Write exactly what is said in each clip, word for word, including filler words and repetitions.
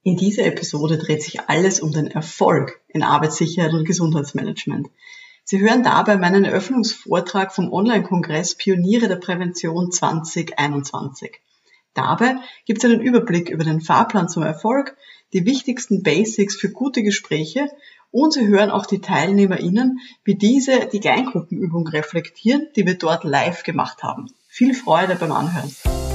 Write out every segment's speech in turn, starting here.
In dieser Episode dreht sich alles um den Erfolg in Arbeitssicherheit und Gesundheitsmanagement. Sie hören dabei meinen Eröffnungsvortrag vom Online-Kongress Pioniere der Prävention zwanzig einundzwanzig. Dabei gibt es einen Überblick über den Fahrplan zum Erfolg, die wichtigsten Basics für gute Gespräche und Sie hören auch die TeilnehmerInnen, wie diese die Kleingruppenübung reflektieren, die wir dort live gemacht haben. Viel Freude beim Anhören.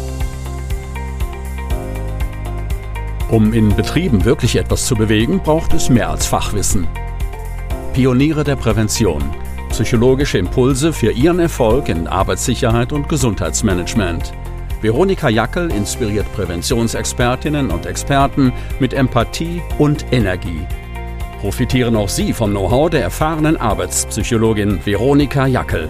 Um in Betrieben wirklich etwas zu bewegen, braucht es mehr als Fachwissen. Pioniere der Prävention. Psychologische Impulse für Ihren Erfolg in Arbeitssicherheit und Gesundheitsmanagement. Veronika Jackel inspiriert Präventionsexpertinnen und Experten mit Empathie und Energie. Profitieren auch Sie vom Know-how der erfahrenen Arbeitspsychologin Veronika Jackel.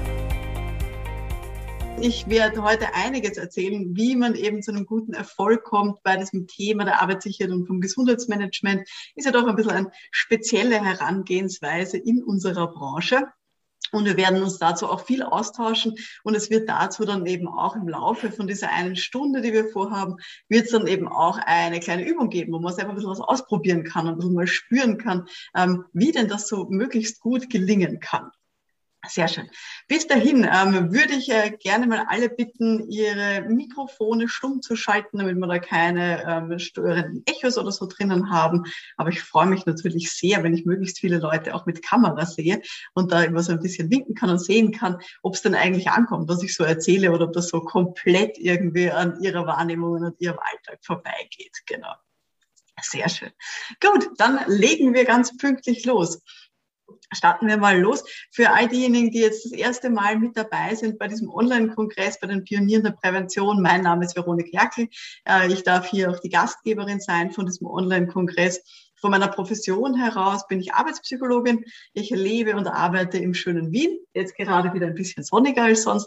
Ich werde heute einiges erzählen, wie man eben zu einem guten Erfolg kommt bei diesem Thema der Arbeitssicherheit und vom Gesundheitsmanagement. Ist ja doch ein bisschen eine spezielle Herangehensweise in unserer Branche. Und wir werden uns dazu auch viel austauschen. Und es wird dazu dann eben auch im Laufe von dieser einen Stunde, die wir vorhaben, wird es dann eben auch eine kleine Übung geben, wo man selber ein bisschen was ausprobieren kann und ein bisschen mal spüren kann, wie denn das so möglichst gut gelingen kann. Sehr schön. Bis dahin ähm, würde ich äh, gerne mal alle bitten, ihre Mikrofone stumm zu schalten, damit wir da keine ähm, störenden Echos oder so drinnen haben. Aber ich freue mich natürlich sehr, wenn ich möglichst viele Leute auch mit Kamera sehe und da immer so ein bisschen winken kann und sehen kann, ob es denn eigentlich ankommt, was ich so erzähle oder ob das so komplett irgendwie an ihrer Wahrnehmung und ihrem Alltag vorbeigeht. Genau. Sehr schön. Gut, dann legen wir ganz pünktlich los. Starten wir mal los. Für all diejenigen, die jetzt das erste Mal mit dabei sind bei diesem Online-Kongress, bei den Pionieren der Prävention. Mein Name ist Veronika Jackel. Ich darf hier auch die Gastgeberin sein von diesem Online-Kongress. Von meiner Profession heraus bin ich Arbeitspsychologin. Ich lebe und arbeite im schönen Wien. Jetzt gerade wieder ein bisschen sonniger als sonst,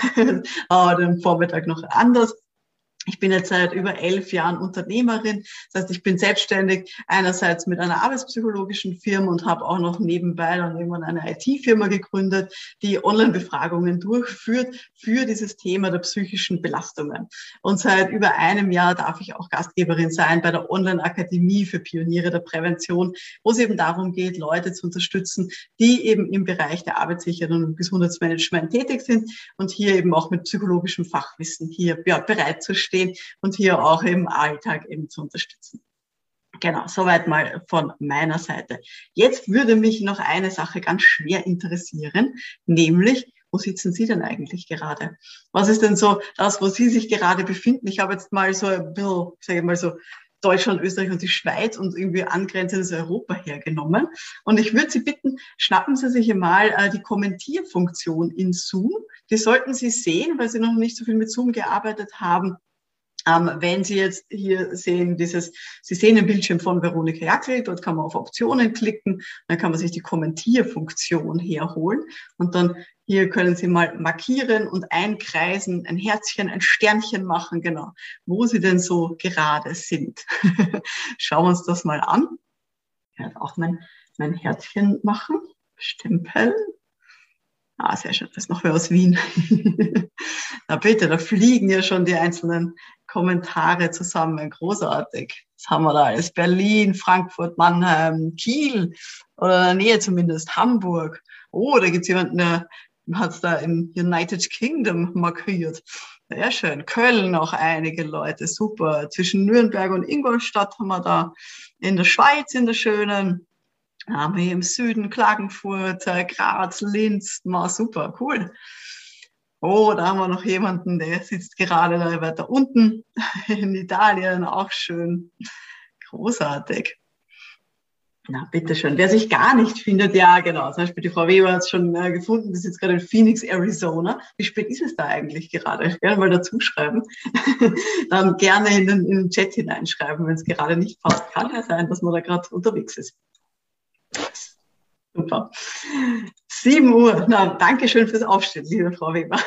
aber den Vormittag noch anders. Ich bin jetzt seit über elf Jahren Unternehmerin. Das heißt, ich bin selbstständig einerseits mit einer arbeitspsychologischen Firma und habe auch noch nebenbei dann irgendwann eine I T-Firma gegründet, die Online-Befragungen durchführt für dieses Thema der psychischen Belastungen. Und seit über einem Jahr darf ich auch Gastgeberin sein bei der Online-Akademie für Pioniere der Prävention, wo es eben darum geht, Leute zu unterstützen, die eben im Bereich der Arbeitssicherheit und Gesundheitsmanagement tätig sind und hier eben auch mit psychologischem Fachwissen hier ja, bereit zu stehen und hier auch im Alltag eben zu unterstützen. Genau, soweit mal von meiner Seite. Jetzt würde mich noch eine Sache ganz schwer interessieren, nämlich, wo sitzen Sie denn eigentlich gerade? Was ist denn so das, wo Sie sich gerade befinden? Ich habe jetzt mal so ein bisschen, sage ich mal so, Deutschland, Österreich und die Schweiz und irgendwie angrenzendes Europa hergenommen. Und ich würde Sie bitten, schnappen Sie sich mal äh, die Kommentierfunktion in Zoom. Die sollten Sie sehen, weil Sie noch nicht so viel mit Zoom gearbeitet haben. Ähm, wenn Sie jetzt hier sehen, dieses, Sie sehen den Bildschirm von Veronika Jackel, dort kann man auf Optionen klicken, dann kann man sich die Kommentierfunktion herholen und dann hier können Sie mal markieren und einkreisen, ein Herzchen, ein Sternchen machen, genau, wo Sie denn so gerade sind. Schauen wir uns das mal an. Ich werde auch mein, mein Herzchen machen, stempeln. Ah, sehr schön, das ist noch wer aus Wien. Na bitte, da fliegen ja schon die einzelnen Kommentare zusammen, großartig. Was haben wir da alles? Berlin, Frankfurt, Mannheim, Kiel oder in der Nähe zumindest, Hamburg. Oh, da gibt's jemanden, der hat es da im United Kingdom markiert. Sehr schön. Köln auch einige Leute, super. Zwischen Nürnberg und Ingolstadt haben wir da. In der Schweiz, in der schönen. Haben wir hier im Süden Klagenfurt, Graz, Linz, na super, cool. Oh, da haben wir noch jemanden, der sitzt gerade da weiter unten in Italien, auch schön, großartig. Na, bitteschön. Wer sich gar nicht findet, ja genau, zum Beispiel die Frau Weber hat es schon äh, gefunden, die sitzt gerade in Phoenix, Arizona. Wie spät ist es da eigentlich gerade? Gerne mal dazu schreiben. Dann gerne in den, in den Chat hineinschreiben, wenn es gerade nicht passt. Kann ja sein, dass man da gerade unterwegs ist. Super. sieben Uhr. Na, danke schön fürs Aufstehen, liebe Frau Weber.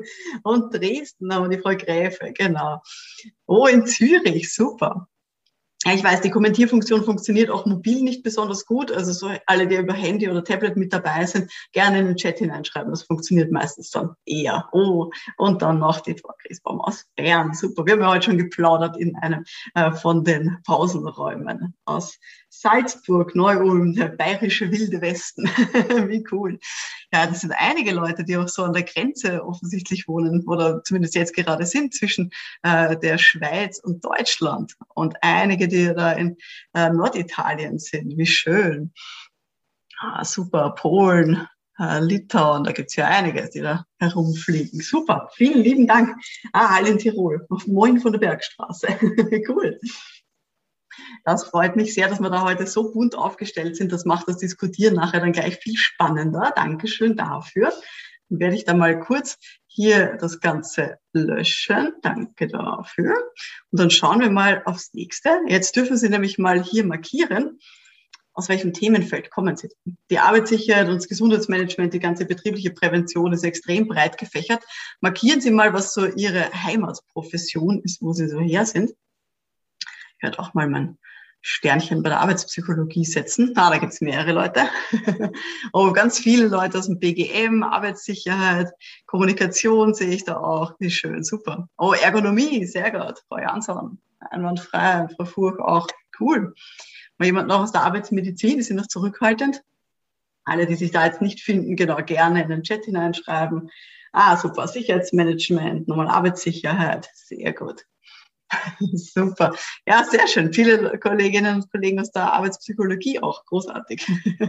Und Dresden haben wir die Frau Gräfe, genau. Oh, in Zürich, super. Ja, ich weiß, die Kommentierfunktion funktioniert auch mobil nicht besonders gut. Also so alle, die über Handy oder Tablet mit dabei sind, gerne in den Chat hineinschreiben. Das funktioniert meistens dann eher. Oh, und dann noch die Frau Griesbaum aus Bern. Super. Wir haben ja heute schon geplaudert in einem äh, von den Pausenräumen aus Salzburg, Neu-Ulm, der bayerische Wilde Westen. Wie cool. Ja, das sind einige Leute, die auch so an der Grenze offensichtlich wohnen oder zumindest jetzt gerade sind zwischen äh, der Schweiz und Deutschland. Und einige, die da in äh, Norditalien sind. Wie schön. Ah, super. Polen, äh, Litauen, da gibt's ja einige, die da herumfliegen. Super. Vielen lieben Dank. Ah, alle in Tirol. Moin von der Bergstraße. Cool. Das freut mich sehr, dass wir da heute so bunt aufgestellt sind. Das macht das Diskutieren nachher dann gleich viel spannender. Dankeschön dafür. Dann werde ich da mal kurz hier das Ganze löschen. Danke dafür. Und dann schauen wir mal aufs Nächste. Jetzt dürfen Sie nämlich mal hier markieren, aus welchem Themenfeld kommen Sie. Die Arbeitssicherheit und das Gesundheitsmanagement, die ganze betriebliche Prävention ist extrem breit gefächert. Markieren Sie mal, was so Ihre Heimatprofession ist, wo Sie so her sind. Ich werde auch mal mein Sternchen bei der Arbeitspsychologie setzen. Ah, da gibt's mehrere Leute. Oh, ganz viele Leute aus dem B G M, Arbeitssicherheit, Kommunikation sehe ich da auch. Wie schön, super. Oh, Ergonomie, sehr gut. Frau Jansson, einwandfrei. Frau Furch auch, cool. Mal jemand noch aus der Arbeitsmedizin, die sind noch zurückhaltend. Alle, die sich da jetzt nicht finden, genau, gerne in den Chat hineinschreiben. Ah, super, Sicherheitsmanagement, nochmal Arbeitssicherheit, sehr gut. Super. Ja, sehr schön. Viele Kolleginnen und Kollegen aus der Arbeitspsychologie auch. Großartig.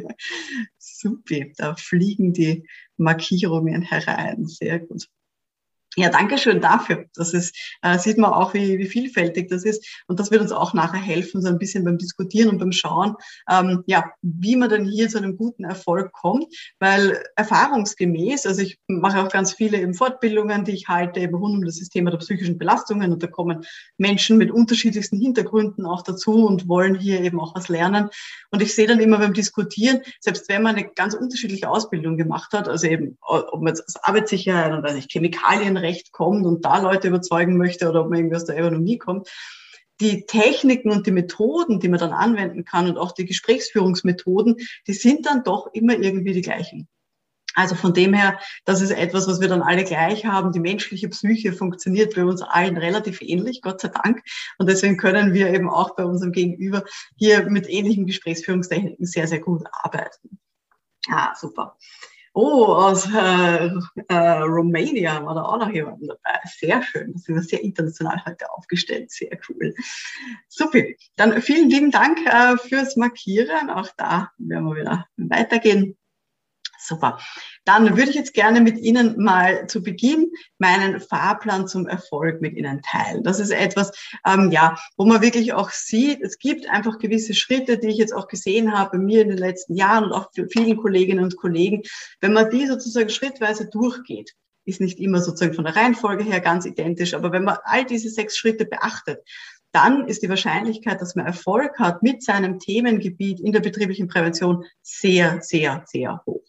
Super. Da fliegen die Markierungen herein. Sehr gut. Ja, danke schön dafür. Das ist, äh, sieht man auch, wie, wie vielfältig das ist. Und das wird uns auch nachher helfen, so ein bisschen beim Diskutieren und beim Schauen, ähm, ja, wie man denn hier zu einem guten Erfolg kommt. Weil erfahrungsgemäß, also ich mache auch ganz viele eben Fortbildungen, die ich halte, eben rund um das Thema der psychischen Belastungen. Und da kommen Menschen mit unterschiedlichsten Hintergründen auch dazu und wollen hier eben auch was lernen. Und ich sehe dann immer beim Diskutieren, selbst wenn man eine ganz unterschiedliche Ausbildung gemacht hat, also eben, ob man jetzt aus Arbeitssicherheit und weiß ich, Chemikalien Recht kommt und da Leute überzeugen möchte oder ob man irgendwie aus der Ergonomie kommt. Die Techniken und die Methoden, die man dann anwenden kann und auch die Gesprächsführungsmethoden, die sind dann doch immer irgendwie die gleichen. Also von dem her, das ist etwas, was wir dann alle gleich haben. Die menschliche Psyche funktioniert bei uns allen relativ ähnlich, Gott sei Dank. Und deswegen können wir eben auch bei unserem Gegenüber hier mit ähnlichen Gesprächsführungstechniken sehr, sehr gut arbeiten. Ah, super. Oh, aus äh, äh, Romania war da auch noch jemand dabei. Sehr schön. Das ist sehr international heute aufgestellt. Sehr cool. Super. Dann vielen lieben Dank äh, fürs Markieren. Auch da werden wir wieder weitergehen. Super. Dann würde ich jetzt gerne mit Ihnen mal zu Beginn meinen Fahrplan zum Erfolg mit Ihnen teilen. Das ist etwas, ähm, ja, wo man wirklich auch sieht, es gibt einfach gewisse Schritte, die ich jetzt auch gesehen habe bei mir in den letzten Jahren und auch für vielen Kolleginnen und Kollegen. Wenn man die sozusagen schrittweise durchgeht, ist nicht immer sozusagen von der Reihenfolge her ganz identisch, aber wenn man all diese sechs Schritte beachtet, dann ist die Wahrscheinlichkeit, dass man Erfolg hat mit seinem Themengebiet in der betrieblichen Prävention sehr, sehr, sehr hoch.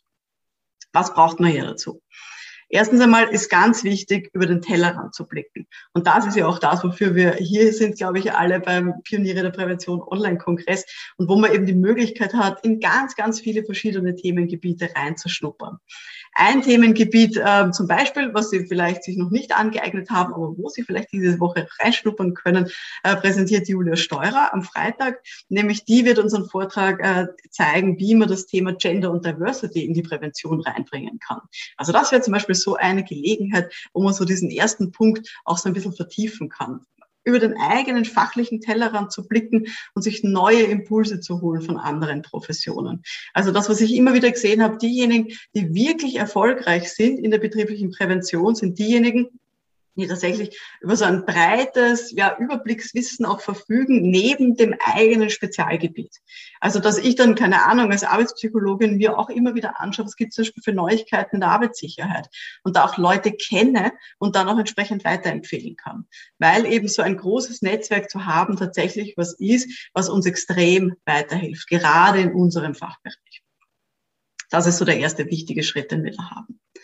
Was braucht man hier dazu? Erstens einmal ist ganz wichtig, über den Tellerrand zu blicken. Und das ist ja auch das, wofür wir hier sind, glaube ich, alle beim Pioniere der Prävention Online-Kongress und wo man eben die Möglichkeit hat, in ganz, ganz viele verschiedene Themengebiete reinzuschnuppern. Ein Themengebiet äh, zum Beispiel, was Sie vielleicht sich noch nicht angeeignet haben, aber wo Sie vielleicht diese Woche reinschnuppern können, äh, präsentiert Julia Steurer am Freitag. Nämlich die wird unseren Vortrag äh, zeigen, wie man das Thema Gender und Diversity in die Prävention reinbringen kann. Also das wäre zum Beispiel so eine Gelegenheit, wo man so diesen ersten Punkt auch so ein bisschen vertiefen kann. Über den eigenen fachlichen Tellerrand zu blicken und sich neue Impulse zu holen von anderen Professionen. Also das, was ich immer wieder gesehen habe, diejenigen, die wirklich erfolgreich sind in der betrieblichen Prävention, sind diejenigen, die tatsächlich über so ein breites ja, Überblickswissen auch verfügen, neben dem eigenen Spezialgebiet. Also dass ich dann, keine Ahnung, als Arbeitspsychologin mir auch immer wieder anschaue, was gibt es zum Beispiel für Neuigkeiten in der Arbeitssicherheit und da auch Leute kenne und dann auch entsprechend weiterempfehlen kann. Weil eben so ein großes Netzwerk zu haben tatsächlich was ist, was uns extrem weiterhilft, gerade in unserem Fachbereich. Das ist so der erste wichtige Schritt, den wir da haben.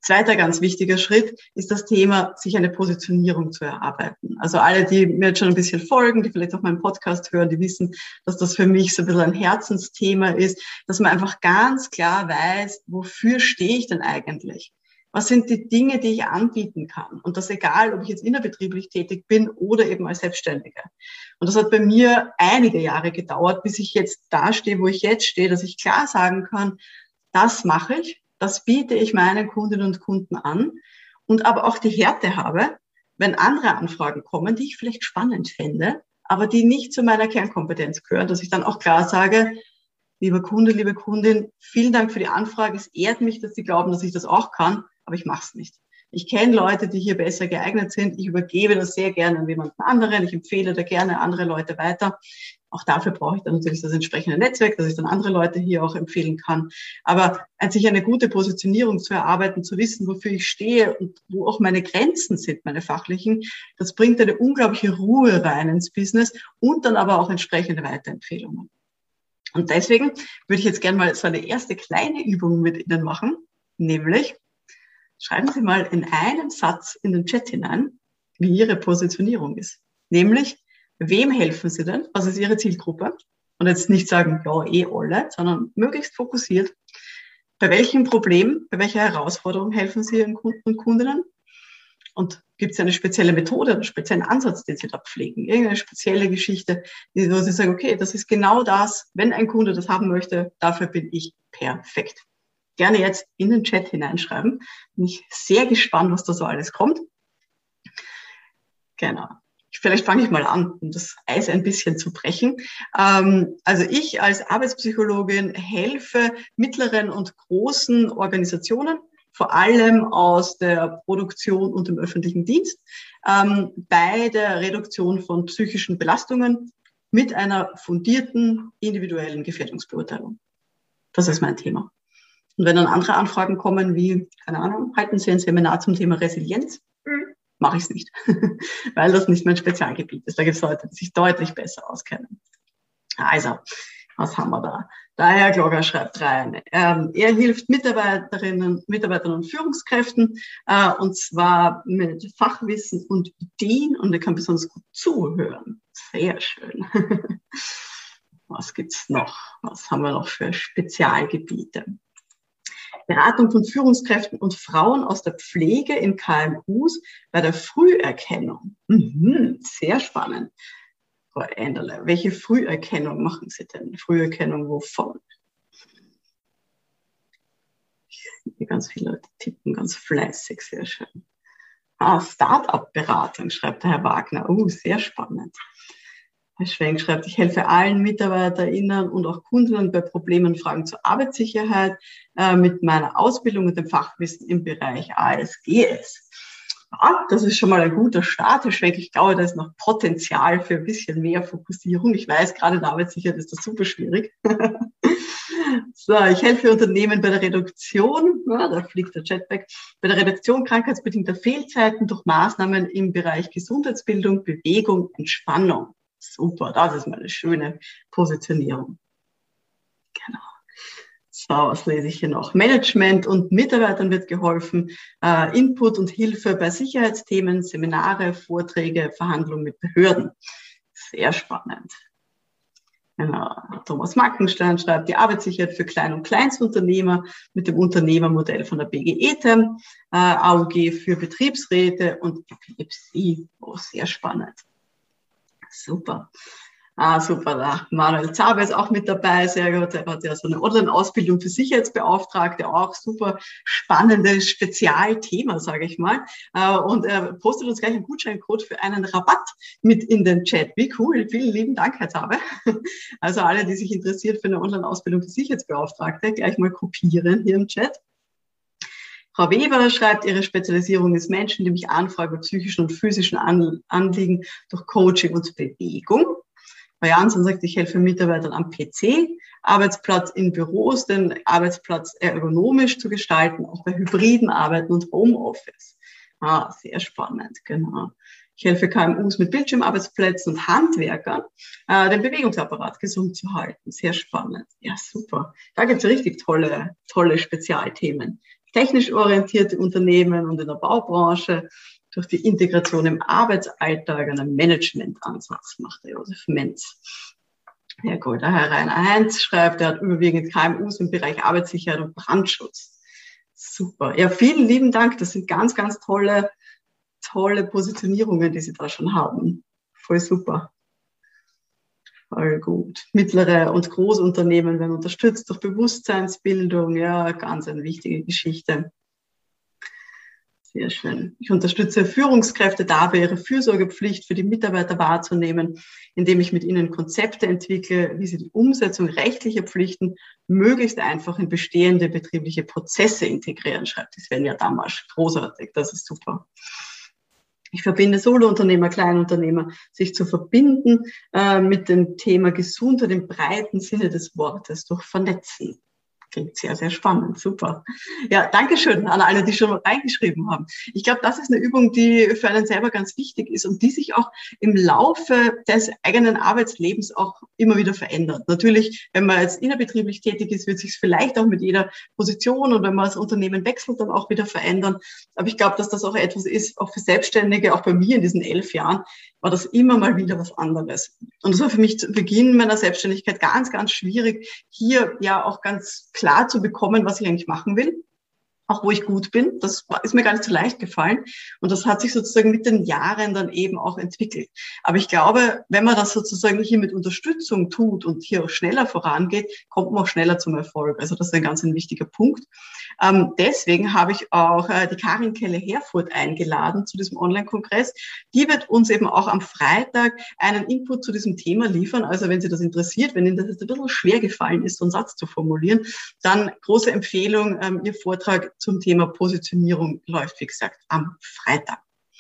Zweiter ganz wichtiger Schritt ist das Thema, sich eine Positionierung zu erarbeiten. Also alle, die mir jetzt schon ein bisschen folgen, die vielleicht auch meinen Podcast hören, die wissen, dass das für mich so ein bisschen ein Herzensthema ist, dass man einfach ganz klar weiß, wofür stehe ich denn eigentlich? Was sind die Dinge, die ich anbieten kann? Und das egal, ob ich jetzt innerbetrieblich tätig bin oder eben als Selbstständiger. Und das hat bei mir einige Jahre gedauert, bis ich jetzt da stehe, wo ich jetzt stehe, dass ich klar sagen kann, das mache ich. Das biete ich meinen Kundinnen und Kunden an und aber auch die Härte habe, wenn andere Anfragen kommen, die ich vielleicht spannend fände, aber die nicht zu meiner Kernkompetenz gehören, dass ich dann auch klar sage, lieber Kunde, liebe Kundin, vielen Dank für die Anfrage. Es ehrt mich, dass Sie glauben, dass ich das auch kann, aber ich mache es nicht. Ich kenne Leute, die hier besser geeignet sind. Ich übergebe das sehr gerne an jemanden anderen. Ich empfehle da gerne andere Leute weiter. Auch dafür brauche ich dann natürlich das entsprechende Netzwerk, dass ich dann andere Leute hier auch empfehlen kann. Aber sich eine gute Positionierung zu erarbeiten, zu wissen, wofür ich stehe und wo auch meine Grenzen sind, meine fachlichen, das bringt eine unglaubliche Ruhe rein ins Business und dann aber auch entsprechende Weiterempfehlungen. Und deswegen würde ich jetzt gerne mal so eine erste kleine Übung mit Ihnen machen, nämlich schreiben Sie mal in einem Satz in den Chat hinein, wie Ihre Positionierung ist. Nämlich, wem helfen Sie denn? Was ist Ihre Zielgruppe? Und jetzt nicht sagen, ja, eh alle, sondern möglichst fokussiert. Bei welchem Problem, bei welcher Herausforderung helfen Sie Ihren Kunden und Kundinnen? Und gibt es eine spezielle Methode, einen speziellen Ansatz, den Sie da pflegen? Irgendeine spezielle Geschichte, wo Sie sagen, okay, das ist genau das, wenn ein Kunde das haben möchte, dafür bin ich perfekt. Gerne jetzt in den Chat hineinschreiben. Bin ich sehr gespannt, was da so alles kommt. Genau. Vielleicht fange ich mal an, um das Eis ein bisschen zu brechen. Also ich als Arbeitspsychologin helfe mittleren und großen Organisationen, vor allem aus der Produktion und dem öffentlichen Dienst, bei der Reduktion von psychischen Belastungen mit einer fundierten individuellen Gefährdungsbeurteilung. Das ist mein Thema. Und wenn dann andere Anfragen kommen wie, keine Ahnung, halten Sie ein Seminar zum Thema Resilienz, mache ich es nicht, weil das nicht mein Spezialgebiet ist. Da gibt es Leute, die sich deutlich besser auskennen. Also, was haben wir da? Der Herr Glogger schreibt rein, ähm, er hilft Mitarbeiterinnen, Mitarbeitern und Führungskräften, äh, und zwar mit Fachwissen und Ideen, und er kann besonders gut zuhören. Sehr schön. Was gibt's noch? Was haben wir noch für Spezialgebiete? Beratung von Führungskräften und Frauen aus der Pflege in K M Us bei der Früherkennung. Mhm, sehr spannend. Frau Enderle, welche Früherkennung machen Sie denn? Früherkennung wovon? Ich sehe ganz viele Leute tippen ganz fleißig, sehr schön. Ah, Start-up-Beratung, schreibt der Herr Wagner. Oh, sehr spannend. Herr Schwenk schreibt, ich helfe allen MitarbeiterInnen und auch Kunden bei Problemen und Fragen zur Arbeitssicherheit äh, mit meiner Ausbildung und dem Fachwissen im Bereich A S G S. Ja, das ist schon mal ein guter Start, Herr Schwenk. Ich glaube, da ist noch Potenzial für ein bisschen mehr Fokussierung. Ich weiß, gerade in der Arbeitssicherheit ist das super schwierig. So, ich helfe Unternehmen bei der Reduktion, ja, da fliegt der Chat weg, bei der Reduktion krankheitsbedingter Fehlzeiten durch Maßnahmen im Bereich Gesundheitsbildung, Bewegung, Entspannung. Super, das ist mal eine schöne Positionierung. Genau. So, was lese ich hier noch? Management und Mitarbeitern wird geholfen, äh, Input und Hilfe bei Sicherheitsthemen, Seminare, Vorträge, Verhandlungen mit Behörden. Sehr spannend. Genau. Thomas Mackenstein schreibt, die Arbeitssicherheit für Klein- und Kleinstunternehmer mit dem Unternehmermodell von der B G E T E M, äh, A U G für Betriebsräte und Epilepsie. Oh, sehr spannend. Super. Ah, super. Da Manuel Zaber ist auch mit dabei. Sehr gut. Er hat ja so eine Online-Ausbildung für Sicherheitsbeauftragte. Auch super spannendes Spezialthema, sage ich mal. Und er postet uns gleich einen Gutscheincode für einen Rabatt mit in den Chat. Wie cool. Vielen lieben Dank, Herr Zaber. Also alle, die sich interessieren für eine Online-Ausbildung für Sicherheitsbeauftragte, gleich mal kopieren hier im Chat. Frau Weber schreibt, ihre Spezialisierung ist Menschen, die mich anfragen mit psychischen und physischen Anliegen durch Coaching und Bewegung. Frau Jansson sagt, ich helfe Mitarbeitern am P C, Arbeitsplatz in Büros, den Arbeitsplatz ergonomisch zu gestalten, auch bei hybriden Arbeiten und Homeoffice. Ah, sehr spannend, genau. Ich helfe K M Us mit Bildschirmarbeitsplätzen und Handwerkern, äh, den Bewegungsapparat gesund zu halten. Sehr spannend. Ja, super. Da gibt es richtig tolle, tolle Spezialthemen. technisch orientierte Unternehmen und in der Baubranche durch die Integration im Arbeitsalltag einen Managementansatz, macht der Josef Menz. Herr gut, der Herr Rainer Heinz schreibt, er hat überwiegend K M Us im Bereich Arbeitssicherheit und Brandschutz. Super. Ja, vielen lieben Dank. Das sind ganz, ganz tolle, tolle Positionierungen, die Sie da schon haben. Voll super. Voll gut. Mittlere und Großunternehmen werden unterstützt durch Bewusstseinsbildung. Ja, ganz eine wichtige Geschichte. Sehr schön. Ich unterstütze Führungskräfte dabei, ihre Fürsorgepflicht für die Mitarbeiter wahrzunehmen, indem ich mit ihnen Konzepte entwickle, wie sie die Umsetzung rechtlicher Pflichten möglichst einfach in bestehende betriebliche Prozesse integrieren, schreibt die Svenja Damasch. Großartig, das ist super. Ich verbinde Solounternehmer, Kleinunternehmer, sich zu verbinden äh, mit dem Thema Gesundheit im breiten Sinne des Wortes durch Vernetzen. Klingt sehr, sehr spannend. Super. Ja, danke schön an alle, die schon reingeschrieben haben. Ich glaube, das ist eine Übung, die für einen selber ganz wichtig ist und die sich auch im Laufe des eigenen Arbeitslebens auch immer wieder verändert. Natürlich, wenn man jetzt innerbetrieblich tätig ist, wird sich es vielleicht auch mit jeder Position und wenn man das Unternehmen wechselt, dann auch wieder verändern. Aber ich glaube, dass das auch etwas ist, auch für Selbstständige, auch bei mir in diesen elf Jahren, war das immer mal wieder was anderes. Und das war für mich zu Beginn meiner Selbstständigkeit ganz, ganz schwierig, hier ja auch ganz klar zu bekommen, was ich eigentlich machen will, auch wo ich gut bin. Das ist mir gar nicht so leicht gefallen. Und das hat sich sozusagen mit den Jahren dann eben auch entwickelt. Aber ich glaube, wenn man das sozusagen hier mit Unterstützung tut und hier auch schneller vorangeht, kommt man auch schneller zum Erfolg. Also das ist ein ganz ein wichtiger Punkt. Ähm, deswegen habe ich auch äh, die Karin Keller-Herfurth eingeladen zu diesem Online-Kongress. Die wird uns eben auch am Freitag einen Input zu diesem Thema liefern. Also wenn Sie das interessiert, wenn Ihnen das jetzt ein bisschen schwer gefallen ist, so einen Satz zu formulieren, dann große Empfehlung, ähm, Ihr Vortrag zum Thema Positionierung läuft, wie gesagt, am Freitag.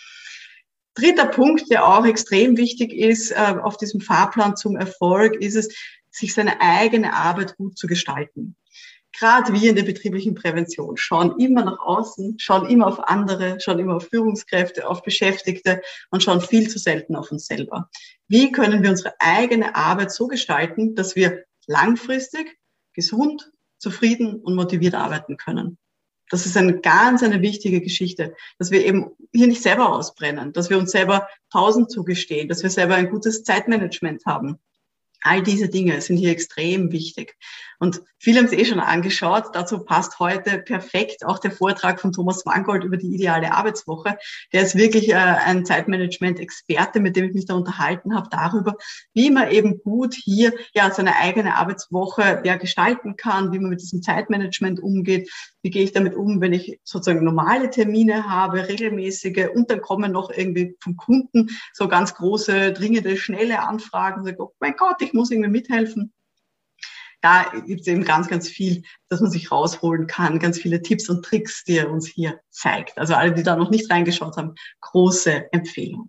Dritter Punkt, der auch extrem wichtig ist äh, auf diesem Fahrplan zum Erfolg, ist es, sich seine eigene Arbeit gut zu gestalten. Gerade wir in der betrieblichen Prävention schauen immer nach außen, schauen immer auf andere, schauen immer auf Führungskräfte, auf Beschäftigte und schauen viel zu selten auf uns selber. Wie können wir unsere eigene Arbeit so gestalten, dass wir langfristig, gesund, zufrieden und motiviert arbeiten können? Das ist eine ganz eine wichtige Geschichte, dass wir eben hier nicht selber ausbrennen, dass wir uns selber Pausen zugestehen, dass wir selber ein gutes Zeitmanagement haben. All diese Dinge sind hier extrem wichtig. Und viele haben es eh schon angeschaut. Dazu passt heute perfekt auch der Vortrag von Thomas Mangold über die ideale Arbeitswoche. Der ist wirklich äh, ein Zeitmanagement-Experte, mit dem ich mich da unterhalten habe, darüber, wie man eben gut hier ja seine eigene Arbeitswoche ja gestalten kann, wie man mit diesem Zeitmanagement umgeht. Wie gehe ich damit um, wenn ich sozusagen normale Termine habe, regelmäßige, und dann kommen noch irgendwie vom Kunden so ganz große, dringende, schnelle Anfragen und sage, oh mein Gott, ich muss irgendwie mithelfen. Da gibt es eben ganz, ganz viel, dass man sich rausholen kann, ganz viele Tipps und Tricks, die er uns hier zeigt. Also alle, die da noch nicht reingeschaut haben, große Empfehlung.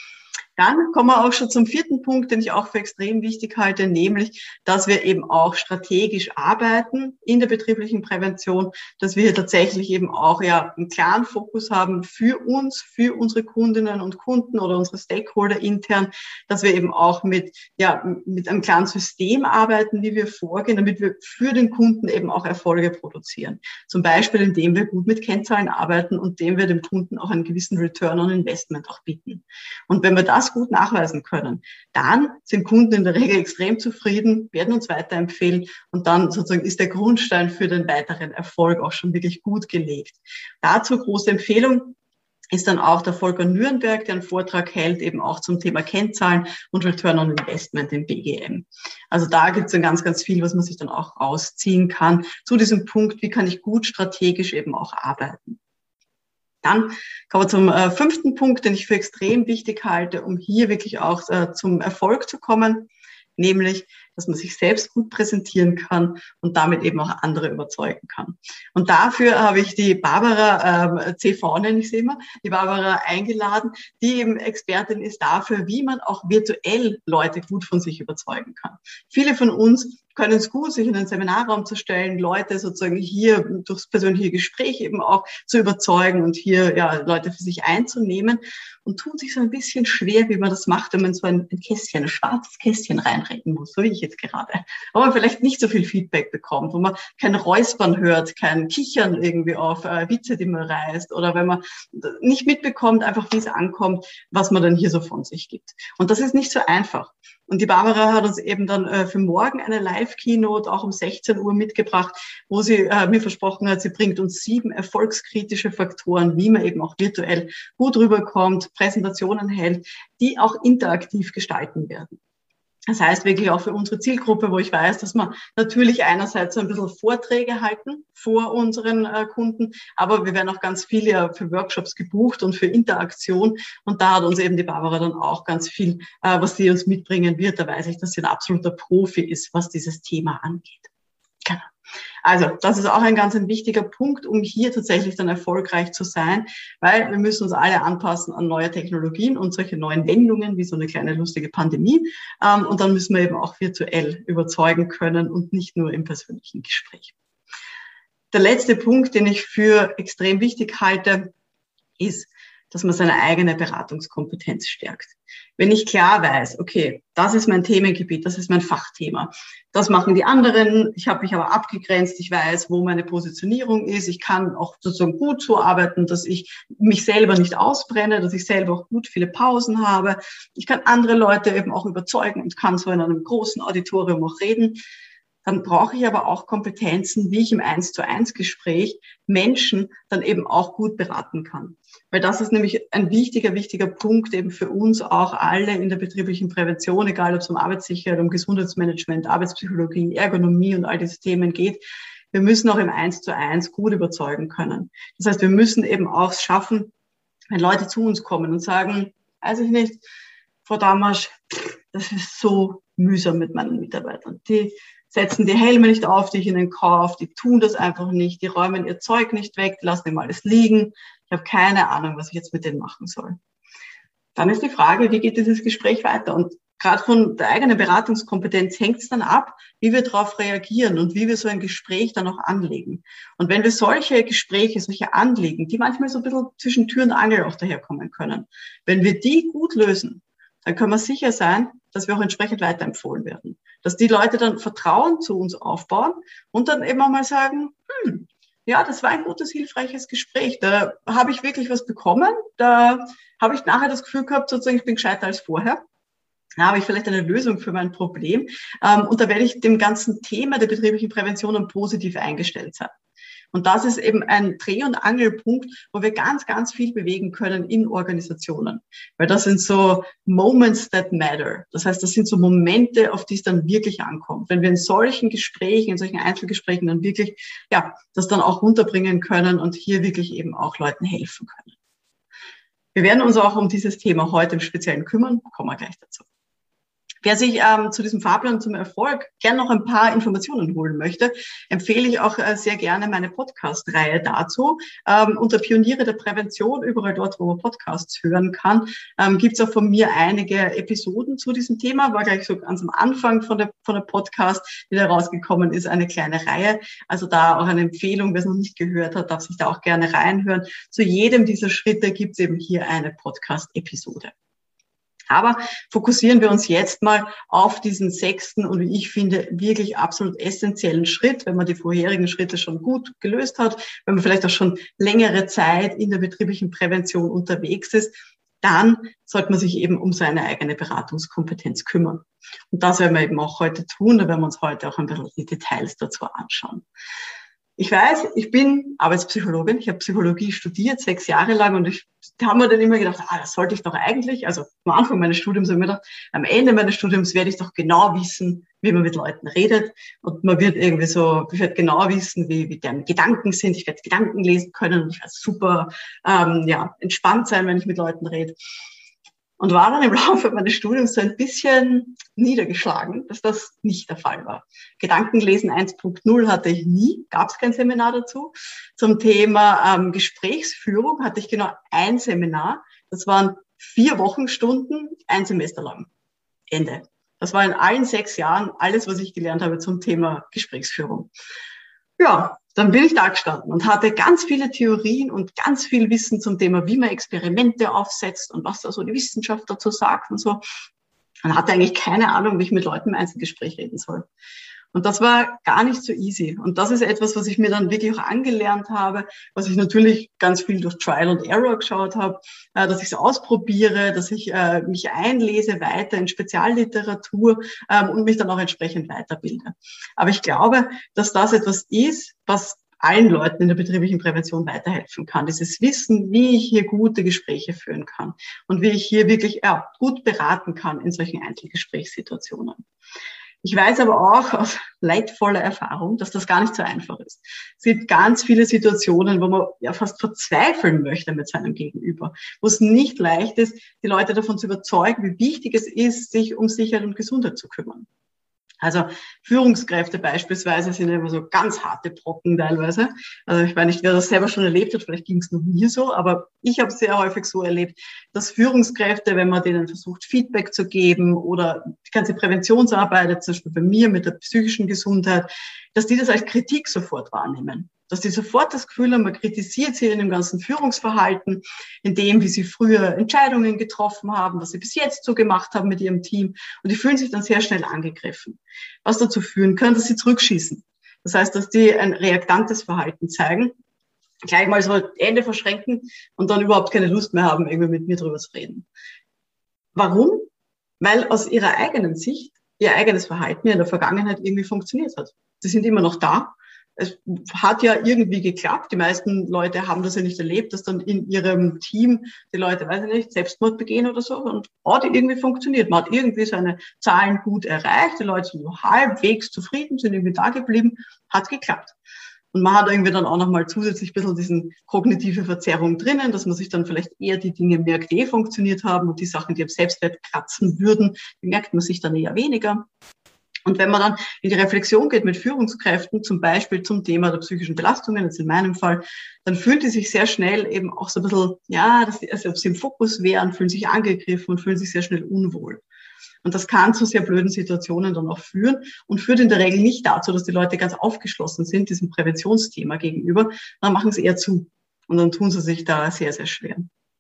Dann kommen wir auch schon zum vierten Punkt, den ich auch für extrem wichtig halte, nämlich, dass wir eben auch strategisch arbeiten in der betrieblichen Prävention, dass wir hier tatsächlich eben auch ja einen klaren Fokus haben für uns, für unsere Kundinnen und Kunden oder unsere Stakeholder intern, dass wir eben auch mit, ja, mit einem klaren System arbeiten, wie wir vorgehen, damit wir für den Kunden eben auch Erfolge produzieren. Zum Beispiel, indem wir gut mit Kennzahlen arbeiten und indem wir dem Kunden auch einen gewissen Return on Investment auch bieten. Und wenn wir das gut nachweisen können, dann sind Kunden in der Regel extrem zufrieden, werden uns weiterempfehlen und dann sozusagen ist der Grundstein für den weiteren Erfolg auch schon wirklich gut gelegt. Dazu große Empfehlung ist dann auch der Volker Nürnberg, der einen Vortrag hält, eben auch zum Thema Kennzahlen und Return on Investment im B G M. Also da gibt es dann ganz, ganz viel, was man sich dann auch rausziehen kann zu diesem Punkt, wie kann ich gut strategisch eben auch arbeiten. Dann kommen wir zum äh, fünften Punkt, den ich für extrem wichtig halte, um hier wirklich auch äh, zum Erfolg zu kommen, nämlich, dass man sich selbst gut präsentieren kann und damit eben auch andere überzeugen kann. Und dafür habe ich die Barbara ähm, C V, nenne ich sie immer, die Barbara eingeladen, die eben Expertin ist dafür, wie man auch virtuell Leute gut von sich überzeugen kann. Viele von uns können es gut, sich in den Seminarraum zu stellen, Leute sozusagen hier durchs persönliche Gespräch eben auch zu überzeugen und hier ja Leute für sich einzunehmen und tun sich so ein bisschen schwer, wie man das macht, wenn man so ein, ein Kästchen, ein schwarzes Kästchen reinrecken muss, so wie ich ich jetzt gerade, wo man vielleicht nicht so viel Feedback bekommt, wo man kein Räuspern hört, kein Kichern irgendwie auf äh, Witze, die man reißt, oder wenn man nicht mitbekommt, einfach wie es ankommt, was man dann hier so von sich gibt. Und das ist nicht so einfach. Und die Barbara hat uns eben dann äh, für morgen eine Live-Keynote auch um sechzehn Uhr mitgebracht, wo sie äh, mir versprochen hat, sie bringt uns sieben erfolgskritische Faktoren, wie man eben auch virtuell gut rüberkommt, Präsentationen hält, die auch interaktiv gestalten werden. Das heißt wirklich auch für unsere Zielgruppe, wo ich weiß, dass wir natürlich einerseits so ein bisschen Vorträge halten vor unseren äh, Kunden, aber wir werden auch ganz viel ja für Workshops gebucht und für Interaktion. Und da hat uns eben die Barbara dann auch ganz viel, äh, was sie uns mitbringen wird. Da weiß ich, dass sie ein absoluter Profi ist, was dieses Thema angeht. Genau. Also das ist auch ein ganz ein wichtiger Punkt, um hier tatsächlich dann erfolgreich zu sein, weil wir müssen uns alle anpassen an neue Technologien und solche neuen Wendungen wie so eine kleine lustige Pandemie. Ähm, und dann müssen wir eben auch virtuell überzeugen können und nicht nur im persönlichen Gespräch. Der letzte Punkt, den ich für extrem wichtig halte, ist, dass man seine eigene Beratungskompetenz stärkt. Wenn ich klar weiß, okay, das ist mein Themengebiet, das ist mein Fachthema, das machen die anderen, ich habe mich aber abgegrenzt, ich weiß, wo meine Positionierung ist, ich kann auch sozusagen gut so arbeiten, dass ich mich selber nicht ausbrenne, dass ich selber auch gut viele Pausen habe, ich kann andere Leute eben auch überzeugen und kann so in einem großen Auditorium auch reden. Dann brauche ich aber auch Kompetenzen, wie ich im eins zu eins Gespräch Menschen dann eben auch gut beraten kann. Weil das ist nämlich ein wichtiger, wichtiger Punkt eben für uns auch alle in der betrieblichen Prävention, egal ob es um Arbeitssicherheit, um Gesundheitsmanagement, Arbeitspsychologie, Ergonomie und all diese Themen geht. Wir müssen auch im eins zu eins gut überzeugen können. Das heißt, wir müssen eben auch es schaffen, wenn Leute zu uns kommen und sagen, weiß ich nicht, Frau Damasch, das ist so mühsam mit meinen Mitarbeitern. Die setzen die Helme nicht auf, die ich ihnen kaufe, die tun das einfach nicht, die räumen ihr Zeug nicht weg, die lassen ihm alles liegen. Ich habe keine Ahnung, was ich jetzt mit denen machen soll. Dann ist die Frage, wie geht dieses Gespräch weiter? Und gerade von der eigenen Beratungskompetenz hängt es dann ab, wie wir darauf reagieren und wie wir so ein Gespräch dann auch anlegen. Und wenn wir solche Gespräche, solche Anliegen, die manchmal so ein bisschen zwischen Tür und Angel auch daherkommen können, wenn wir die gut lösen, dann können wir sicher sein, dass wir auch entsprechend weiterempfohlen werden. Dass die Leute dann Vertrauen zu uns aufbauen und dann eben auch mal sagen, hm, ja, das war ein gutes, hilfreiches Gespräch. Da habe ich wirklich was bekommen. Da habe ich nachher das Gefühl gehabt, sozusagen, ich bin gescheiter als vorher. Da habe ich vielleicht eine Lösung für mein Problem. Und da werde ich dem ganzen Thema der betrieblichen Prävention positiv eingestellt sein. Und das ist eben ein Dreh- und Angelpunkt, wo wir ganz, ganz viel bewegen können in Organisationen. Weil das sind so Moments that matter. Das heißt, das sind so Momente, auf die es dann wirklich ankommt. Wenn wir in solchen Gesprächen, in solchen Einzelgesprächen dann wirklich, ja, das dann auch runterbringen können und hier wirklich eben auch Leuten helfen können. Wir werden uns auch um dieses Thema heute im Speziellen kümmern. Kommen wir gleich dazu. Wer sich ähm, zu diesem Fahrplan zum Erfolg gern noch ein paar Informationen holen möchte, empfehle ich auch äh, sehr gerne meine Podcast-Reihe dazu. Ähm, unter Pioniere der Prävention, überall dort, wo man Podcasts hören kann, ähm, gibt es auch von mir einige Episoden zu diesem Thema. War gleich so ganz am Anfang von der, von der Podcast, die da rausgekommen ist, eine kleine Reihe. Also da auch eine Empfehlung, wer es noch nicht gehört hat, darf sich da auch gerne reinhören. Zu jedem dieser Schritte gibt es eben hier eine Podcast-Episode. Aber fokussieren wir uns jetzt mal auf diesen sechsten und wie ich finde wirklich absolut essentiellen Schritt, wenn man die vorherigen Schritte schon gut gelöst hat, wenn man vielleicht auch schon längere Zeit in der betrieblichen Prävention unterwegs ist, dann sollte man sich eben um seine eigene Beratungskompetenz kümmern. Und das werden wir eben auch heute tun, da werden wir uns heute auch ein bisschen die Details dazu anschauen. Ich weiß, ich bin Arbeitspsychologin, ich habe Psychologie studiert, sechs Jahre lang und ich habe mir dann immer gedacht, ah, das sollte ich doch eigentlich, also am Anfang meines Studiums habe ich mir gedacht, am Ende meines Studiums werde ich doch genau wissen, wie man mit Leuten redet und man wird irgendwie so, ich werde genau wissen, wie, wie deren Gedanken sind, ich werde Gedanken lesen können und ich werde super ähm, ja, entspannt sein, wenn ich mit Leuten rede. Und war dann im Laufe meines Studiums so ein bisschen niedergeschlagen, dass das nicht der Fall war. Gedankenlesen eins Punkt null hatte ich nie, gab es kein Seminar dazu. Zum Thema ähm, Gesprächsführung hatte ich genau ein Seminar. Das waren vier Wochenstunden, ein Semester lang. Ende. Das war in allen sechs Jahren alles, was ich gelernt habe zum Thema Gesprächsführung. Ja, dann bin ich da gestanden und hatte ganz viele Theorien und ganz viel Wissen zum Thema, wie man Experimente aufsetzt und was da so die Wissenschaft dazu sagt und so. Man hatte eigentlich keine Ahnung, wie ich mit Leuten im Einzelgespräch reden soll. Und das war gar nicht so easy. Und das ist etwas, was ich mir dann wirklich auch angelernt habe, was ich natürlich ganz viel durch Trial and Error geschaut habe, äh, dass ich es ausprobiere, dass ich äh, mich einlese weiter in Spezialliteratur ähm, und mich dann auch entsprechend weiterbilde. Aber ich glaube, dass das etwas ist, was allen Leuten in der betrieblichen Prävention weiterhelfen kann. Dieses Wissen, wie ich hier gute Gespräche führen kann und wie ich hier wirklich ja, gut beraten kann in solchen Einzelgesprächssituationen. Ich weiß aber auch aus leidvoller Erfahrung, dass das gar nicht so einfach ist. Es gibt ganz viele Situationen, wo man ja fast verzweifeln möchte mit seinem Gegenüber, wo es nicht leicht ist, die Leute davon zu überzeugen, wie wichtig es ist, sich um Sicherheit und Gesundheit zu kümmern. Also Führungskräfte beispielsweise sind immer so ganz harte Brocken teilweise. Also ich weiß nicht, wer das selber schon erlebt hat, vielleicht ging es nur mir so, aber ich habe es sehr häufig so erlebt, dass Führungskräfte, wenn man denen versucht, Feedback zu geben oder die ganze Präventionsarbeit, zum Beispiel bei mir mit der psychischen Gesundheit, dass die das als Kritik sofort wahrnehmen. Dass die sofort das Gefühl haben, man kritisiert sie in dem ganzen Führungsverhalten, in dem, wie sie früher Entscheidungen getroffen haben, was sie bis jetzt so gemacht haben mit ihrem Team. Und die fühlen sich dann sehr schnell angegriffen. Was dazu führen kann, dass sie zurückschießen. Das heißt, dass die ein reaktantes Verhalten zeigen, gleich mal so Hände verschränken und dann überhaupt keine Lust mehr haben, irgendwie mit mir drüber zu reden. Warum? Weil aus ihrer eigenen Sicht ihr eigenes Verhalten ja in der Vergangenheit irgendwie funktioniert hat. Sie sind immer noch da. Es hat ja irgendwie geklappt. Die meisten Leute haben das ja nicht erlebt, dass dann in ihrem Team die Leute, weiß ich nicht, Selbstmord begehen oder so. Und hat irgendwie funktioniert. Man hat irgendwie seine Zahlen gut erreicht. Die Leute sind so halbwegs zufrieden, sind irgendwie da geblieben. Hat geklappt. Und man hat irgendwie dann auch nochmal zusätzlich ein bisschen diesen kognitive Verzerrung drinnen, dass man sich dann vielleicht eher die Dinge merkt, die eh funktioniert haben und die Sachen, die am Selbstwert kratzen würden, die merkt man sich dann eher weniger. Und wenn man dann in die Reflexion geht mit Führungskräften, zum Beispiel zum Thema der psychischen Belastungen, jetzt in meinem Fall, dann fühlen die sich sehr schnell eben auch so ein bisschen, ja, dass sie, also ob sie im Fokus wären, fühlen sich angegriffen und fühlen sich sehr schnell unwohl. Und das kann zu sehr blöden Situationen dann auch führen und führt in der Regel nicht dazu, dass die Leute ganz aufgeschlossen sind diesem Präventionsthema gegenüber, dann machen sie eher zu und dann tun sie sich da sehr, sehr schwer.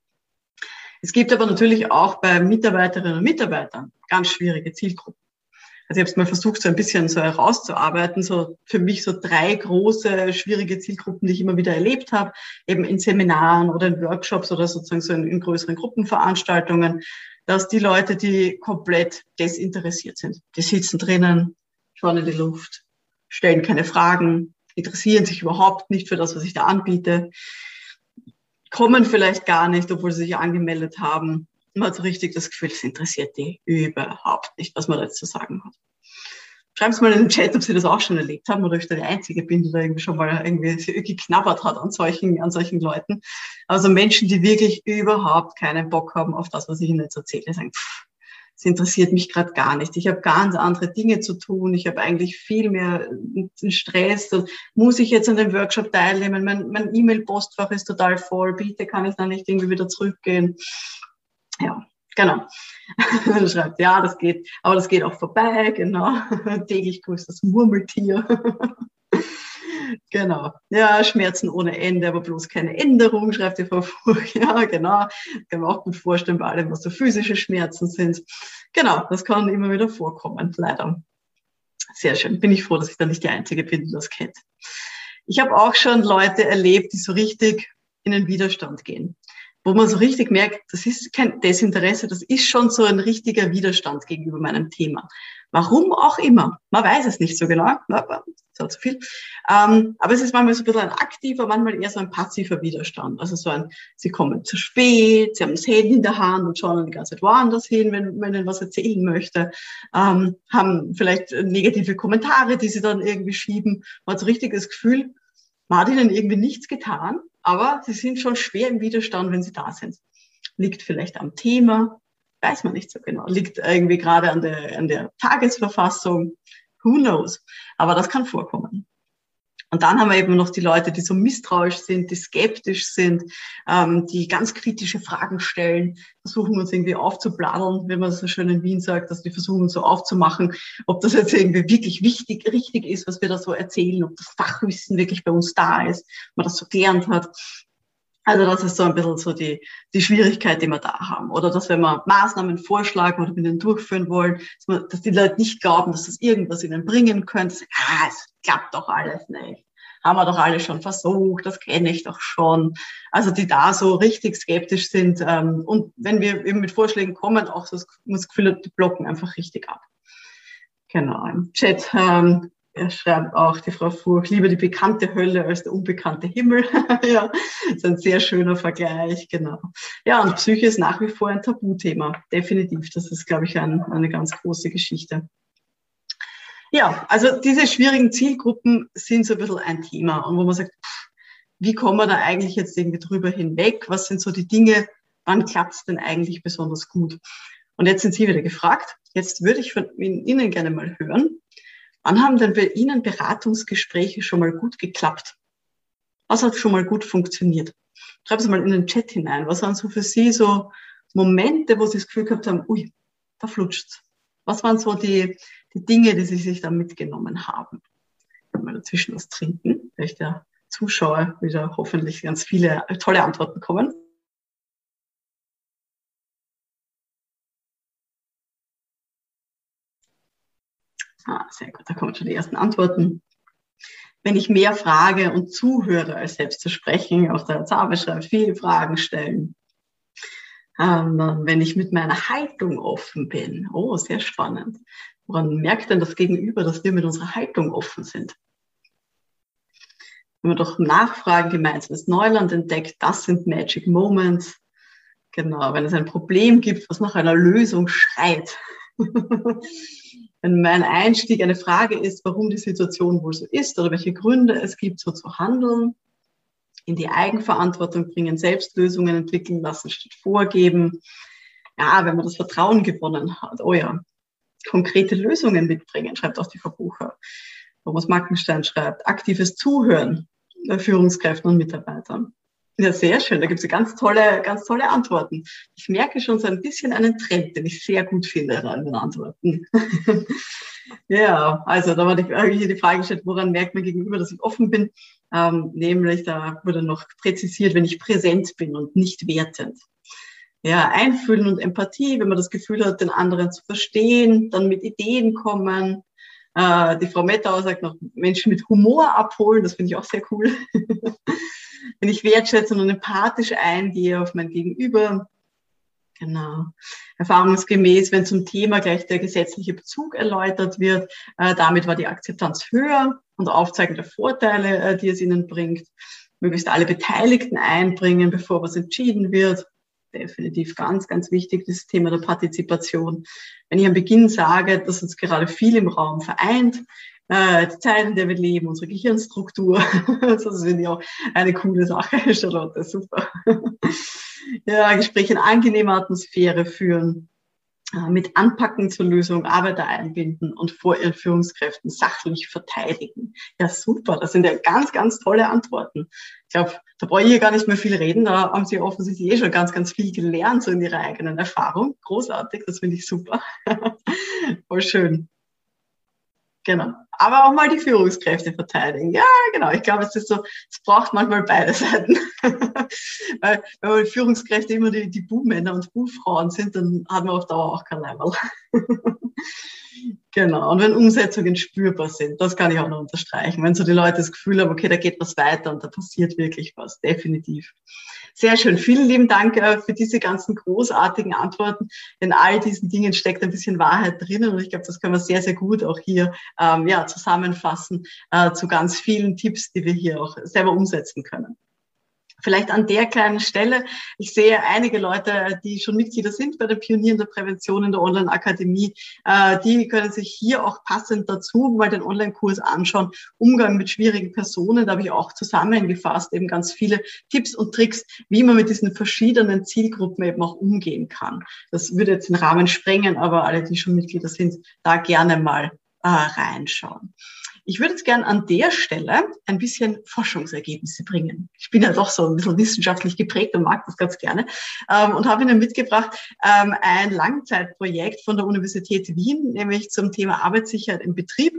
Es gibt aber natürlich auch bei Mitarbeiterinnen und Mitarbeitern ganz schwierige Zielgruppen. Also ich habe es mal versucht, so ein bisschen so herauszuarbeiten, so für mich so drei große, schwierige Zielgruppen, die ich immer wieder erlebt habe, eben in Seminaren oder in Workshops oder sozusagen so in, in größeren Gruppenveranstaltungen, dass die Leute, die komplett desinteressiert sind, die sitzen drinnen, schauen in die Luft, stellen keine Fragen, interessieren sich überhaupt nicht für das, was ich da anbiete, kommen vielleicht gar nicht, obwohl sie sich angemeldet haben. Man hat so richtig das Gefühl, es interessiert die überhaupt nicht, was man da jetzt zu sagen hat. Schreiben Sie mal in den Chat, ob Sie das auch schon erlebt haben oder ob ich da die Einzige bin, die da irgendwie schon mal irgendwie geknabbert hat an solchen, an solchen Leuten. Also Menschen, die wirklich überhaupt keinen Bock haben auf das, was ich Ihnen jetzt erzähle, sagen, pff, es interessiert mich gerade gar nicht. Ich habe ganz andere Dinge zu tun. Ich habe eigentlich viel mehr Stress. Und muss ich jetzt an dem Workshop teilnehmen? Mein, mein E-Mail-Postfach ist total voll. Bitte kann ich da nicht irgendwie wieder zurückgehen? Ja, genau. Er schreibt, ja, das geht, aber das geht auch vorbei, genau. Täglich grüßt das Murmeltier. Genau. Ja, Schmerzen ohne Ende, aber bloß keine Änderung, schreibt die Frau Furch. Ja, genau. Kann man auch gut vorstellen bei allem, was so physische Schmerzen sind. Genau, das kann immer wieder vorkommen, leider. Sehr schön. Bin ich froh, dass ich da nicht die Einzige bin, die das kennt. Ich habe auch schon Leute erlebt, die so richtig in den Widerstand gehen. Wo man so richtig merkt, das ist kein Desinteresse, das ist schon so ein richtiger Widerstand gegenüber meinem Thema. Warum auch immer. Man weiß es nicht so genau. Das ist zu viel. Ähm, aber es ist manchmal so ein bisschen ein aktiver, manchmal eher so ein passiver Widerstand. Also so ein, sie kommen zu spät, sie haben das Handy in der Hand und schauen die ganze Zeit woanders hin, wenn man ihnen was erzählen möchte. Ähm, haben vielleicht negative Kommentare, die sie dann irgendwie schieben. Man hat so richtig das Gefühl, man hat ihnen irgendwie nichts getan, aber sie sind schon schwer im Widerstand, wenn sie da sind. Liegt vielleicht am Thema, weiß man nicht so genau. Liegt irgendwie gerade an der, an der Tagesverfassung, who knows. Aber das kann vorkommen. Und dann haben wir eben noch die Leute, die so misstrauisch sind, die skeptisch sind, ähm, die ganz kritische Fragen stellen, versuchen uns irgendwie aufzubladeln, wie man so schön in Wien sagt, dass die versuchen uns so aufzumachen, ob das jetzt irgendwie wirklich wichtig, richtig ist, was wir da so erzählen, ob das Fachwissen wirklich bei uns da ist, ob man das so gelernt hat. Also das ist so ein bisschen so die, die Schwierigkeit, die wir da haben. Oder dass wenn wir Maßnahmen vorschlagen oder mit ihnen durchführen wollen, dass, wir, dass die Leute nicht glauben, dass das irgendwas ihnen bringen könnte. Ah, es klappt doch alles nicht. Haben wir doch alle schon versucht, das kenne ich doch schon. Also die da so richtig skeptisch sind. Ähm, und wenn wir eben mit Vorschlägen kommen, auch so das Gefühl, die blocken einfach richtig ab. Genau, im Chat ähm, er schreibt auch die Frau Furch, lieber die bekannte Hölle als der unbekannte Himmel. Ja, das ist ein sehr schöner Vergleich, genau. Ja, und Psyche ist nach wie vor ein Tabuthema, definitiv. Das ist, glaube ich, ein, eine ganz große Geschichte. Ja, also diese schwierigen Zielgruppen sind so ein bisschen ein Thema. Und wo man sagt, pff, wie kommen wir da eigentlich jetzt irgendwie drüber hinweg? Was sind so die Dinge, wann klappt es denn eigentlich besonders gut? Und jetzt sind Sie wieder gefragt. Jetzt würde ich von Ihnen gerne mal hören, wann haben denn bei Ihnen Beratungsgespräche schon mal gut geklappt? Was hat schon mal gut funktioniert? Schreiben Sie mal in den Chat hinein. Was waren so für Sie so Momente, wo Sie das Gefühl gehabt haben, ui, da flutscht's? Was waren so die, die Dinge, die Sie sich da mitgenommen haben? Ich kann mal dazwischen was trinken, vielleicht der Zuschauer wieder hoffentlich ganz viele tolle Antworten kommen. Ah, sehr gut, da kommen schon die ersten Antworten. Wenn ich mehr frage und zuhöre, als selbst zu sprechen, auch der Zabe schreibt, viele Fragen stellen. Ähm, wenn ich mit meiner Haltung offen bin, oh, sehr spannend. Woran merkt denn das Gegenüber, dass wir mit unserer Haltung offen sind? Wenn wir doch Nachfragen, gemeinsames Neuland entdeckt, das sind Magic Moments. Genau, wenn es ein Problem gibt, was nach einer Lösung schreit. Wenn mein Einstieg eine Frage ist, warum die Situation wohl so ist oder welche Gründe es gibt, so zu handeln, in die Eigenverantwortung bringen, selbst Lösungen entwickeln lassen, statt vorgeben. Ja, wenn man das Vertrauen gewonnen hat, oh ja, konkrete Lösungen mitbringen, schreibt auch die Frau Bucher. Thomas Mackenstein schreibt, aktives Zuhören der Führungskräften und Mitarbeitern. Ja, sehr schön. Da gibt es ganz tolle, ganz tolle Antworten. Ich merke schon so ein bisschen einen Trend, den ich sehr gut finde an den Antworten. Ja, also da war die, hier die Frage gestellt, woran merkt man gegenüber, dass ich offen bin? Ähm, nämlich, da wurde noch präzisiert, wenn ich präsent bin und nicht wertend. Ja, Einfühlen und Empathie, wenn man das Gefühl hat, den anderen zu verstehen, dann mit Ideen kommen. Äh, die Frau Mettauer sagt noch, Menschen mit Humor abholen, das finde ich auch sehr cool. Wenn ich wertschätzend und empathisch eingehe auf mein Gegenüber. Genau. Erfahrungsgemäß, wenn zum Thema gleich der gesetzliche Bezug erläutert wird, äh, damit war die Akzeptanz höher und Aufzeigen der Vorteile, äh, die es ihnen bringt. Möglichst alle Beteiligten einbringen, bevor was entschieden wird. Definitiv ganz, ganz wichtig, das Thema der Partizipation. Wenn ich am Beginn sage, dass uns gerade viel im Raum vereint, äh, die Zeit, in der wir leben, unsere Gehirnstruktur, das finde ich auch eine coole Sache, Charlotte, super. Ja, Gespräche in angenehmer Atmosphäre führen, äh, mit Anpacken zur Lösung, Arbeiter einbinden und vor ihren Führungskräften sachlich verteidigen. Ja, super, das sind ja ganz, ganz tolle Antworten. Ich glaube, da brauche ich hier gar nicht mehr viel reden, da haben Sie offensichtlich eh schon ganz, ganz viel gelernt, so in Ihrer eigenen Erfahrung. Großartig, das finde ich super. Voll schön. Genau. Aber auch mal die Führungskräfte verteidigen. Ja, genau. Ich glaube, es ist so, es braucht manchmal beide Seiten. Weil, wenn Führungskräfte immer die, die Buhmänner und Buhfrauen sind, dann hat man auf Dauer auch kein Leiberl. Genau. Und wenn Umsetzungen spürbar sind, das kann ich auch noch unterstreichen. Wenn so die Leute das Gefühl haben, okay, da geht was weiter und da passiert wirklich was. Definitiv. Sehr schön. Vielen lieben Dank äh, für diese ganzen großartigen Antworten. In all diesen Dingen steckt ein bisschen Wahrheit drinnen und ich glaube, das können wir sehr, sehr gut auch hier ähm, ja, zusammenfassen äh, zu ganz vielen Tipps, die wir hier auch selber umsetzen können. Vielleicht an der kleinen Stelle, ich sehe einige Leute, die schon Mitglieder sind bei den Pionieren der Prävention in der Online-Akademie, äh, die können sich hier auch passend dazu mal den Online-Kurs anschauen, Umgang mit schwierigen Personen, da habe ich auch zusammengefasst, eben ganz viele Tipps und Tricks, wie man mit diesen verschiedenen Zielgruppen eben auch umgehen kann. Das würde jetzt den Rahmen sprengen, aber alle, die schon Mitglieder sind, da gerne mal äh, reinschauen. Ich würde jetzt gern an der Stelle ein bisschen Forschungsergebnisse bringen. Ich bin ja doch so ein bisschen wissenschaftlich geprägt und mag das ganz gerne ähm, und habe Ihnen mitgebracht ähm, ein Langzeitprojekt von der Universität Wien, nämlich zum Thema Arbeitssicherheit im Betrieb.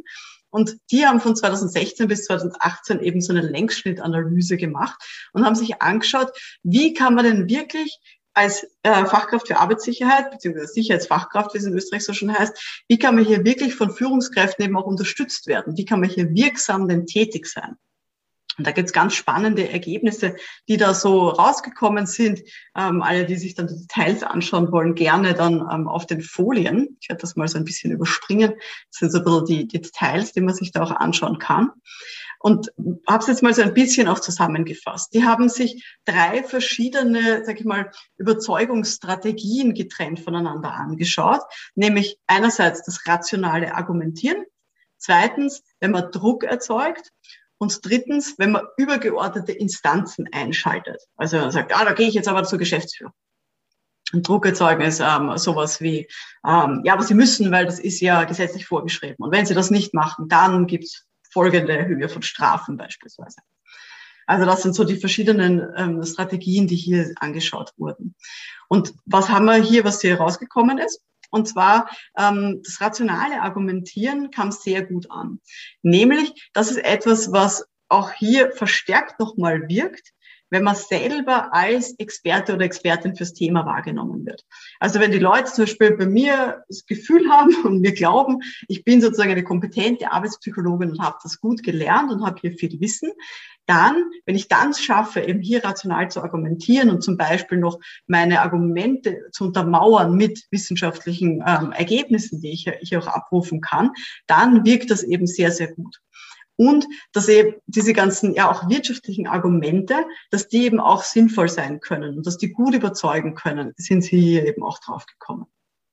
Und die haben von zweitausendsechzehn bis zweitausendachtzehn eben so eine Längsschnittanalyse gemacht und haben sich angeschaut, wie kann man denn wirklich als äh, Fachkraft für Arbeitssicherheit, beziehungsweise Sicherheitsfachkraft, wie es in Österreich so schon heißt, wie kann man hier wirklich von Führungskräften eben auch unterstützt werden? Wie kann man hier wirksam denn tätig sein? Und da gibt's ganz spannende Ergebnisse, die da so rausgekommen sind. Ähm, alle, die sich dann die Details anschauen wollen, gerne dann ähm, auf den Folien. Ich werde das mal so ein bisschen überspringen. Das sind so ein bisschen die, die Details, die man sich da auch anschauen kann. Und habe es jetzt mal so ein bisschen auch zusammengefasst. Die haben sich drei verschiedene, sag ich mal, Überzeugungsstrategien getrennt voneinander angeschaut. Nämlich einerseits das rationale Argumentieren. Zweitens, wenn man Druck erzeugt. Und drittens, wenn man übergeordnete Instanzen einschaltet. Also man sagt, ah, da gehe ich jetzt aber zur Geschäftsführung. Und Druck erzeugen ist ähm, sowas wie, ähm, ja, aber Sie müssen, weil das ist ja gesetzlich vorgeschrieben. Und wenn Sie das nicht machen, dann gibt's folgende Höhe von Strafen beispielsweise. Also das sind so die verschiedenen ähm, Strategien, die hier angeschaut wurden. Und was haben wir hier, was hier rausgekommen ist? Und zwar ähm, das rationale Argumentieren kam sehr gut an. Nämlich, das ist etwas, was auch hier verstärkt nochmal wirkt, wenn man selber als Experte oder Expertin fürs Thema wahrgenommen wird. Also wenn die Leute zum Beispiel bei mir das Gefühl haben und mir glauben, ich bin sozusagen eine kompetente Arbeitspsychologin und habe das gut gelernt und habe hier viel Wissen, dann, wenn ich dann schaffe, eben hier rational zu argumentieren und zum Beispiel noch meine Argumente zu untermauern mit wissenschaftlichen ähm, Ergebnissen, die ich hier auch abrufen kann, dann wirkt das eben sehr, sehr gut. Und dass eben diese ganzen, ja auch wirtschaftlichen Argumente, dass die eben auch sinnvoll sein können und dass die gut überzeugen können, sind sie hier eben auch drauf gekommen.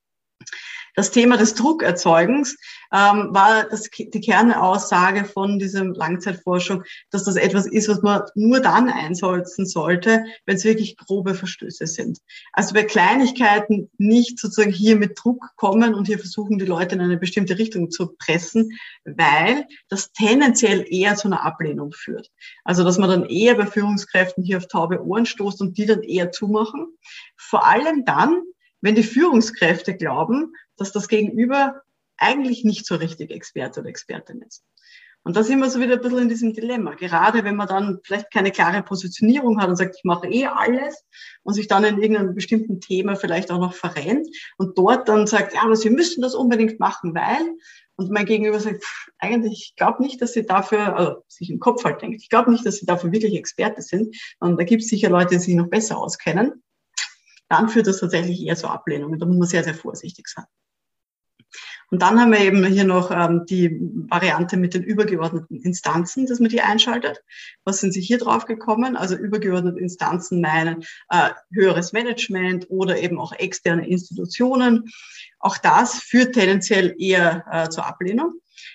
Das Thema des Druckerzeugens ähm, war das, die Kernaussage von dieser Langzeitforschung, dass das etwas ist, was man nur dann einsetzen sollte, wenn es wirklich grobe Verstöße sind. Also bei Kleinigkeiten nicht sozusagen hier mit Druck kommen und hier versuchen, die Leute in eine bestimmte Richtung zu pressen, weil das tendenziell eher zu einer Ablehnung führt. Also dass man dann eher bei Führungskräften hier auf taube Ohren stoßt und die dann eher zumachen. Vor allem dann, wenn die Führungskräfte glauben, dass das Gegenüber eigentlich nicht so richtig Experte oder Expertin ist. Und da sind wir so wieder ein bisschen in diesem Dilemma. Gerade wenn man dann vielleicht keine klare Positionierung hat und sagt, ich mache eh alles und sich dann in irgendeinem bestimmten Thema vielleicht auch noch verrennt und dort dann sagt, ja, aber Sie müssen das unbedingt machen, weil, und mein Gegenüber sagt, pff, eigentlich, ich glaube nicht, dass Sie dafür, also sich im Kopf halt denkt, ich glaube nicht, dass Sie dafür wirklich Experte sind. Und da gibt es sicher Leute, die sich noch besser auskennen. Dann führt das tatsächlich eher zur Ablehnung. Und da muss man sehr, sehr vorsichtig sein. Und dann haben wir eben hier noch ähm, die Variante mit den übergeordneten Instanzen, dass man die einschaltet. Was sind Sie hier drauf gekommen? Also übergeordnete Instanzen meinen äh, höheres Management oder eben auch externe Institutionen. Auch das führt tendenziell eher äh, zur Ablehnung.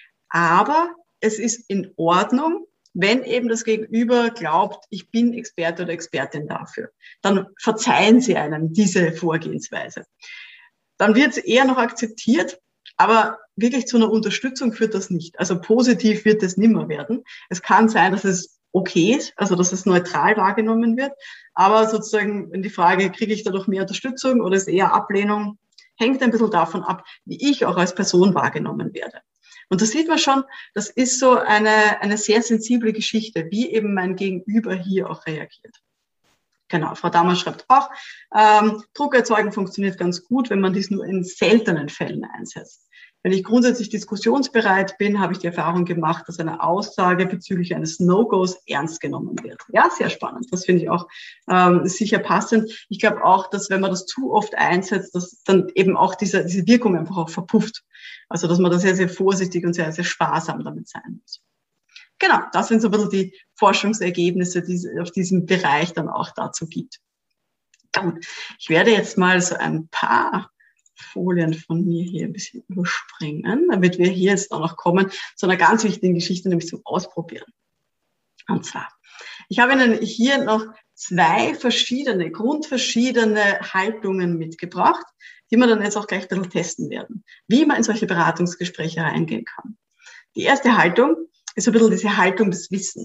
Aber es ist in Ordnung, wenn eben das Gegenüber glaubt, ich bin Experte oder Expertin dafür. Dann verzeihen Sie einem diese Vorgehensweise. Dann wird es eher noch akzeptiert. Aber wirklich zu einer Unterstützung führt das nicht. Also positiv wird es nimmer werden. Es kann sein, dass es okay ist, also dass es neutral wahrgenommen wird. Aber sozusagen, wenn die Frage, kriege ich dadurch mehr Unterstützung oder ist eher Ablehnung, hängt ein bisschen davon ab, wie ich auch als Person wahrgenommen werde. Und da sieht man schon, das ist so eine, eine sehr sensible Geschichte, wie eben mein Gegenüber hier auch reagiert. Genau, Frau Dammer schreibt auch, ähm, Druck erzeugen funktioniert ganz gut, wenn man dies nur in seltenen Fällen einsetzt. Wenn ich grundsätzlich diskussionsbereit bin, habe ich die Erfahrung gemacht, dass eine Aussage bezüglich eines No-Gos ernst genommen wird. Ja, sehr spannend. Das finde ich auch ähm, sicher passend. Ich glaube auch, dass wenn man das zu oft einsetzt, dass dann eben auch diese, diese Wirkung einfach auch verpufft. Also dass man da sehr, sehr vorsichtig und sehr, sehr sparsam damit sein muss. Genau, das sind so ein bisschen die Forschungsergebnisse, die es auf diesem Bereich dann auch dazu gibt. Gut, ich werde jetzt mal so ein paar Folien von mir hier ein bisschen überspringen, damit wir hier jetzt auch noch kommen zu einer ganz wichtigen Geschichte, nämlich zum Ausprobieren. Und zwar, ich habe Ihnen hier noch zwei verschiedene, grundverschiedene Haltungen mitgebracht, die wir dann jetzt auch gleich ein bisschen testen werden, wie man in solche Beratungsgespräche reingehen kann. Die erste Haltung ist so ein bisschen diese Haltung des Wissens.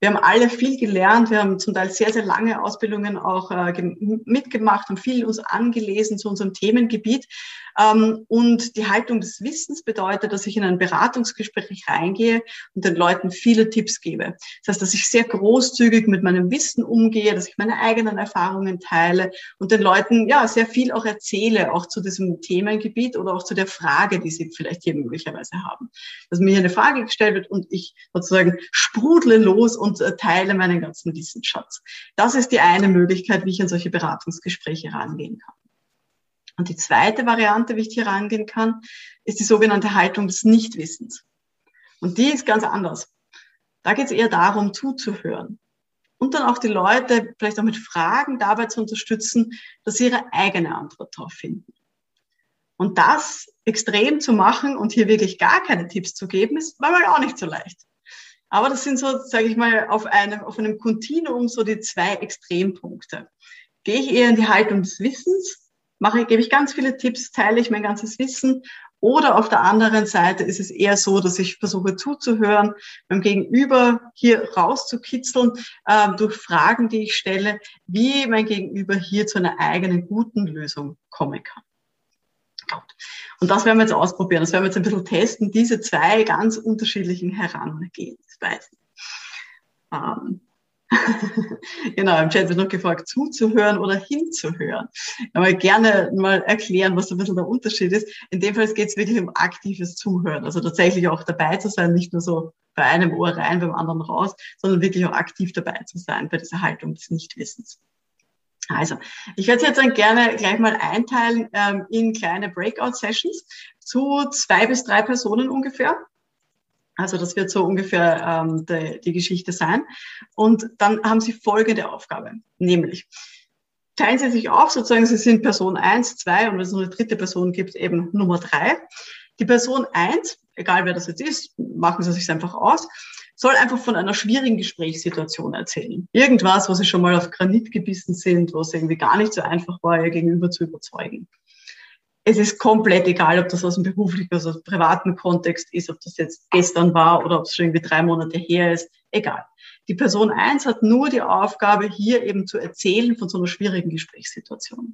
Wir haben alle viel gelernt, wir haben zum Teil sehr, sehr lange Ausbildungen auch äh, mitgemacht und viel uns angelesen zu unserem Themengebiet. Ähm, und die Haltung des Wissens bedeutet, dass ich in ein Beratungsgespräch reingehe und den Leuten viele Tipps gebe. Das heißt, dass ich sehr großzügig mit meinem Wissen umgehe, dass ich meine eigenen Erfahrungen teile und den Leuten ja sehr viel auch erzähle, auch zu diesem Themengebiet oder auch zu der Frage, die sie vielleicht hier möglicherweise haben. Dass mir hier eine Frage gestellt wird und ich sozusagen sprudle los und äh, teile meinen ganzen Wissensschatz. Das ist die eine Möglichkeit, wie ich an solche Beratungsgespräche rangehen kann. Und die zweite Variante, wie ich hier rangehen kann, ist die sogenannte Haltung des Nichtwissens. Und die ist ganz anders. Da geht es eher darum, zuzuhören. Und dann auch die Leute vielleicht auch mit Fragen dabei zu unterstützen, dass sie ihre eigene Antwort darauf finden. Und das extrem zu machen und hier wirklich gar keine Tipps zu geben, ist manchmal auch nicht so leicht. Aber das sind so, sage ich mal, auf einem, auf einem Kontinuum so die zwei Extrempunkte. Gehe ich eher in die Haltung des Wissens, mache, gebe ich ganz viele Tipps, teile ich mein ganzes Wissen. Oder auf der anderen Seite ist es eher so, dass ich versuche zuzuhören, beim Gegenüber hier rauszukitzeln, äh, durch Fragen, die ich stelle, wie mein Gegenüber hier zu einer eigenen guten Lösung kommen kann. Und das werden wir jetzt ausprobieren. Das werden wir jetzt ein bisschen testen, diese zwei ganz unterschiedlichen Herangehensweisen. Ähm. Genau, im Chat wird noch gefragt, zuzuhören oder hinzuhören. Aber gerne mal erklären, was so ein bisschen der Unterschied ist. In dem Fall geht es wirklich um aktives Zuhören, also tatsächlich auch dabei zu sein, nicht nur so bei einem Ohr rein, beim anderen raus, sondern wirklich auch aktiv dabei zu sein bei dieser Haltung des Nichtwissens. Also, ich werde es jetzt dann gerne gleich mal einteilen ähm, in kleine Breakout-Sessions zu zwei bis drei Personen ungefähr. Also das wird so ungefähr ähm, die, die Geschichte sein. Und dann haben Sie folgende Aufgabe, nämlich teilen Sie sich auf, sozusagen Sie sind Person eins, zwei und wenn es noch eine dritte Person gibt, eben Nummer drei. Die Person eins, egal wer das jetzt ist, machen Sie sich einfach aus, soll einfach von einer schwierigen Gesprächssituation erzählen. Irgendwas, wo Sie schon mal auf Granit gebissen sind, wo es irgendwie gar nicht so einfach war, Ihr Gegenüber zu überzeugen. Es ist komplett egal, ob das aus dem beruflichen, also aus dem privaten Kontext ist, ob das jetzt gestern war oder ob es schon irgendwie drei Monate her ist. Egal. Die Person eins hat nur die Aufgabe, hier eben zu erzählen von so einer schwierigen Gesprächssituation.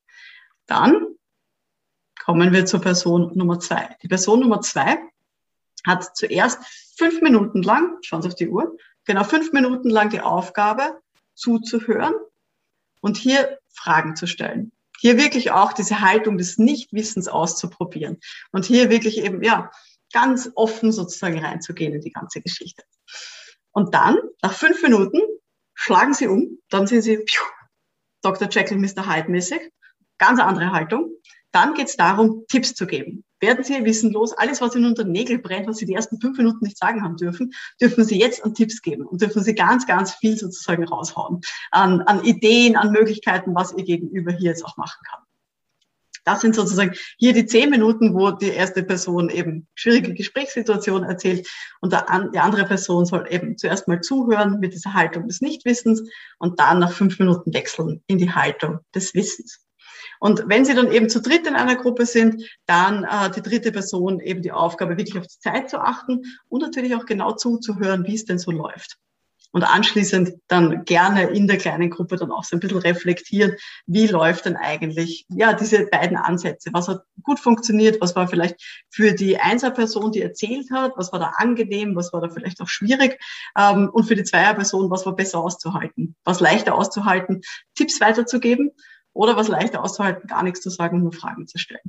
Dann kommen wir zur Person Nummer zwei. Die Person Nummer zwei hat zuerst fünf Minuten lang, schauen Sie auf die Uhr, genau fünf Minuten lang die Aufgabe, zuzuhören und hier Fragen zu stellen. Hier wirklich auch diese Haltung des Nichtwissens auszuprobieren und hier wirklich eben, ja, ganz offen sozusagen reinzugehen in die ganze Geschichte. Und dann, nach fünf Minuten, schlagen Sie um, dann sind Sie pfiuh, Doktor Jekyll, Mister Hyde mäßig, ganz andere Haltung. Dann geht es darum, Tipps zu geben. Werden Sie wissenlos, alles, was Ihnen unter den Nägeln brennt, was Sie die ersten fünf Minuten nicht sagen haben dürfen, dürfen Sie jetzt an Tipps geben und dürfen Sie ganz, ganz viel sozusagen raushauen an, an Ideen, an Möglichkeiten, was Ihr Gegenüber hier jetzt auch machen kann. Das sind sozusagen hier die zehn Minuten, wo die erste Person eben schwierige Gesprächssituationen erzählt und die andere Person soll eben zuerst mal zuhören mit dieser Haltung des Nichtwissens und dann nach fünf Minuten wechseln in die Haltung des Wissens. Und wenn Sie dann eben zu dritt in einer Gruppe sind, dann äh, die dritte Person eben die Aufgabe, wirklich auf die Zeit zu achten und natürlich auch genau zuzuhören, wie es denn so läuft. Und anschließend dann gerne in der kleinen Gruppe dann auch so ein bisschen reflektieren, wie läuft denn eigentlich, ja, diese beiden Ansätze. Was hat gut funktioniert, was war vielleicht für die Einser-Person, die erzählt hat, was war da angenehm, was war da vielleicht auch schwierig, ähm, und für die Zweier-Person, was war besser auszuhalten, was leichter auszuhalten, Tipps weiterzugeben. Oder was leichter auszuhalten, gar nichts zu sagen, nur Fragen zu stellen.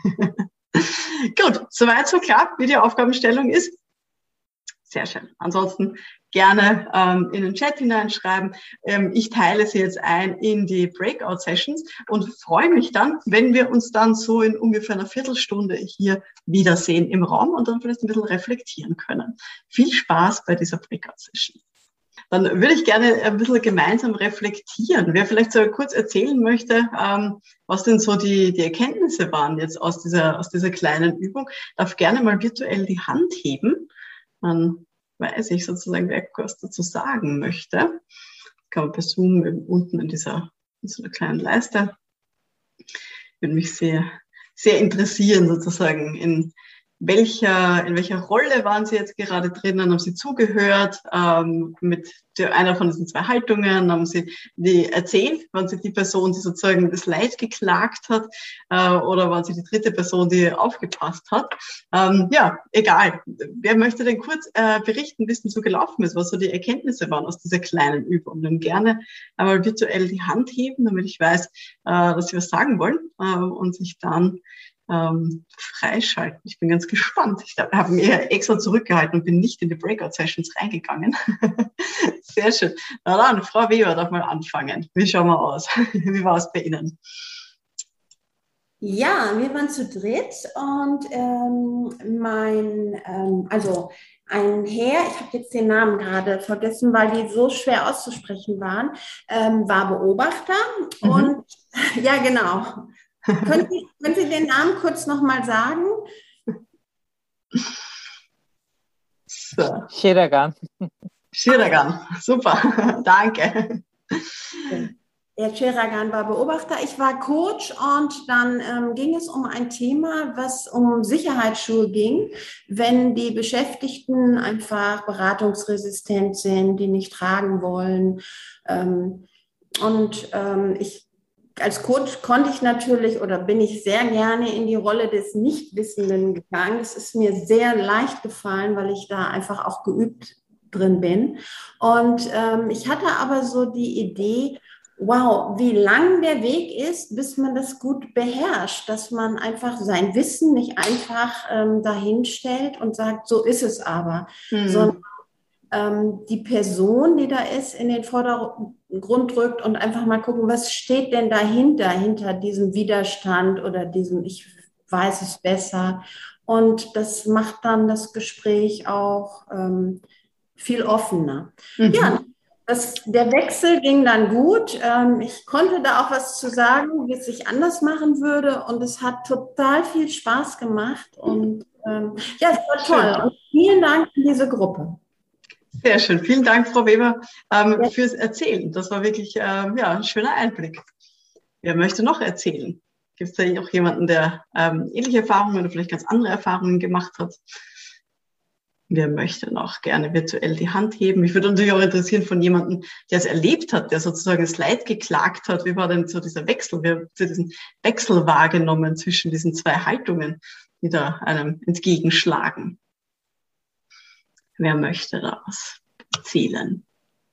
Gut, soweit so klar, wie die Aufgabenstellung ist. Sehr schön. Ansonsten gerne ähm, in den Chat hineinschreiben. Ähm, ich teile sie jetzt ein in die Breakout-Sessions und freue mich dann, wenn wir uns dann so in ungefähr einer Viertelstunde hier wiedersehen im Raum und dann vielleicht ein bisschen reflektieren können. Viel Spaß bei dieser Breakout-Session. Dann würde ich gerne ein bisschen gemeinsam reflektieren. Wer vielleicht so kurz erzählen möchte, ähm, was denn so die, die Erkenntnisse waren jetzt aus dieser, aus dieser kleinen Übung, darf gerne mal virtuell die Hand heben. Dann weiß ich sozusagen, wer was dazu sagen möchte. Kann man per Zoom eben unten in dieser, in so einer kleinen Leiste. Würde mich sehr, sehr interessieren sozusagen in welcher, in welcher Rolle waren Sie jetzt gerade drinnen? Haben Sie zugehört ähm, mit der, einer von diesen zwei Haltungen? Haben Sie die erzählt? Waren Sie die Person, die sozusagen das Leid geklagt hat? Äh, oder waren Sie die dritte Person, die aufgepasst hat? Ähm, ja, egal. Wer möchte denn kurz äh, berichten, wie es denn so gelaufen ist, was so die Erkenntnisse waren aus dieser kleinen Übung? Dann gerne einmal virtuell die Hand heben, damit ich weiß, äh, dass Sie was sagen wollen äh, und sich dann ähm, freischalten. Ich bin ganz gespannt. Ich habe mir extra zurückgehalten und bin nicht in die Breakout-Sessions reingegangen. Sehr schön. Na dann, Frau Weber darf mal anfangen. Wie schauen wir aus? Wie war es bei Ihnen? Ja, wir waren zu dritt und ähm, mein, ähm, also ein Herr, ich habe jetzt den Namen gerade vergessen, weil die so schwer auszusprechen waren, ähm, war Beobachter mhm. und ja, genau. Können Sie, können Sie den Namen kurz nochmal sagen? So. Shiragan. Shiragan, super, danke. Der Shiragan war Beobachter, ich war Coach und dann ähm, ging es um ein Thema, was um Sicherheitsschuhe ging, wenn die Beschäftigten einfach beratungsresistent sind, die nicht tragen wollen. Ähm, und ähm, ich Als Coach konnte ich natürlich oder bin ich sehr gerne in die Rolle des Nichtwissenden gegangen. Es ist mir sehr leicht gefallen, weil ich da einfach auch geübt drin bin. Und ähm, ich hatte aber so die Idee, wow, wie lang der Weg ist, bis man das gut beherrscht, dass man einfach sein Wissen nicht einfach ähm, dahin stellt und sagt, so ist es aber, hm. sondern die Person, die da ist, in den Vordergrund rückt und einfach mal gucken, was steht denn dahinter, hinter diesem Widerstand oder diesem ich weiß es besser. Und das macht dann das Gespräch auch ähm, viel offener. Mhm. Ja, das, der Wechsel ging dann gut. Ähm, ich konnte da auch was zu sagen, wie es sich anders machen würde. Und es hat total viel Spaß gemacht. Und ähm, ja, es war toll. Und vielen Dank an diese Gruppe. Sehr schön. Vielen Dank, Frau Weber, ähm, ja. fürs Erzählen. Das war wirklich ähm, ja, ein schöner Einblick. Wer möchte noch erzählen? Gibt es da auch jemanden, der ähm, ähnliche Erfahrungen oder vielleicht ganz andere Erfahrungen gemacht hat? Wer möchte noch gerne virtuell die Hand heben? Mich würde natürlich auch interessieren von jemandem, der es erlebt hat, der sozusagen das Leid geklagt hat. Wie war denn so dieser Wechsel? Wie haben Sie diesen Wechsel wahrgenommen zwischen diesen zwei Haltungen, die da einem entgegenschlagen? Wer möchte da was erzählen?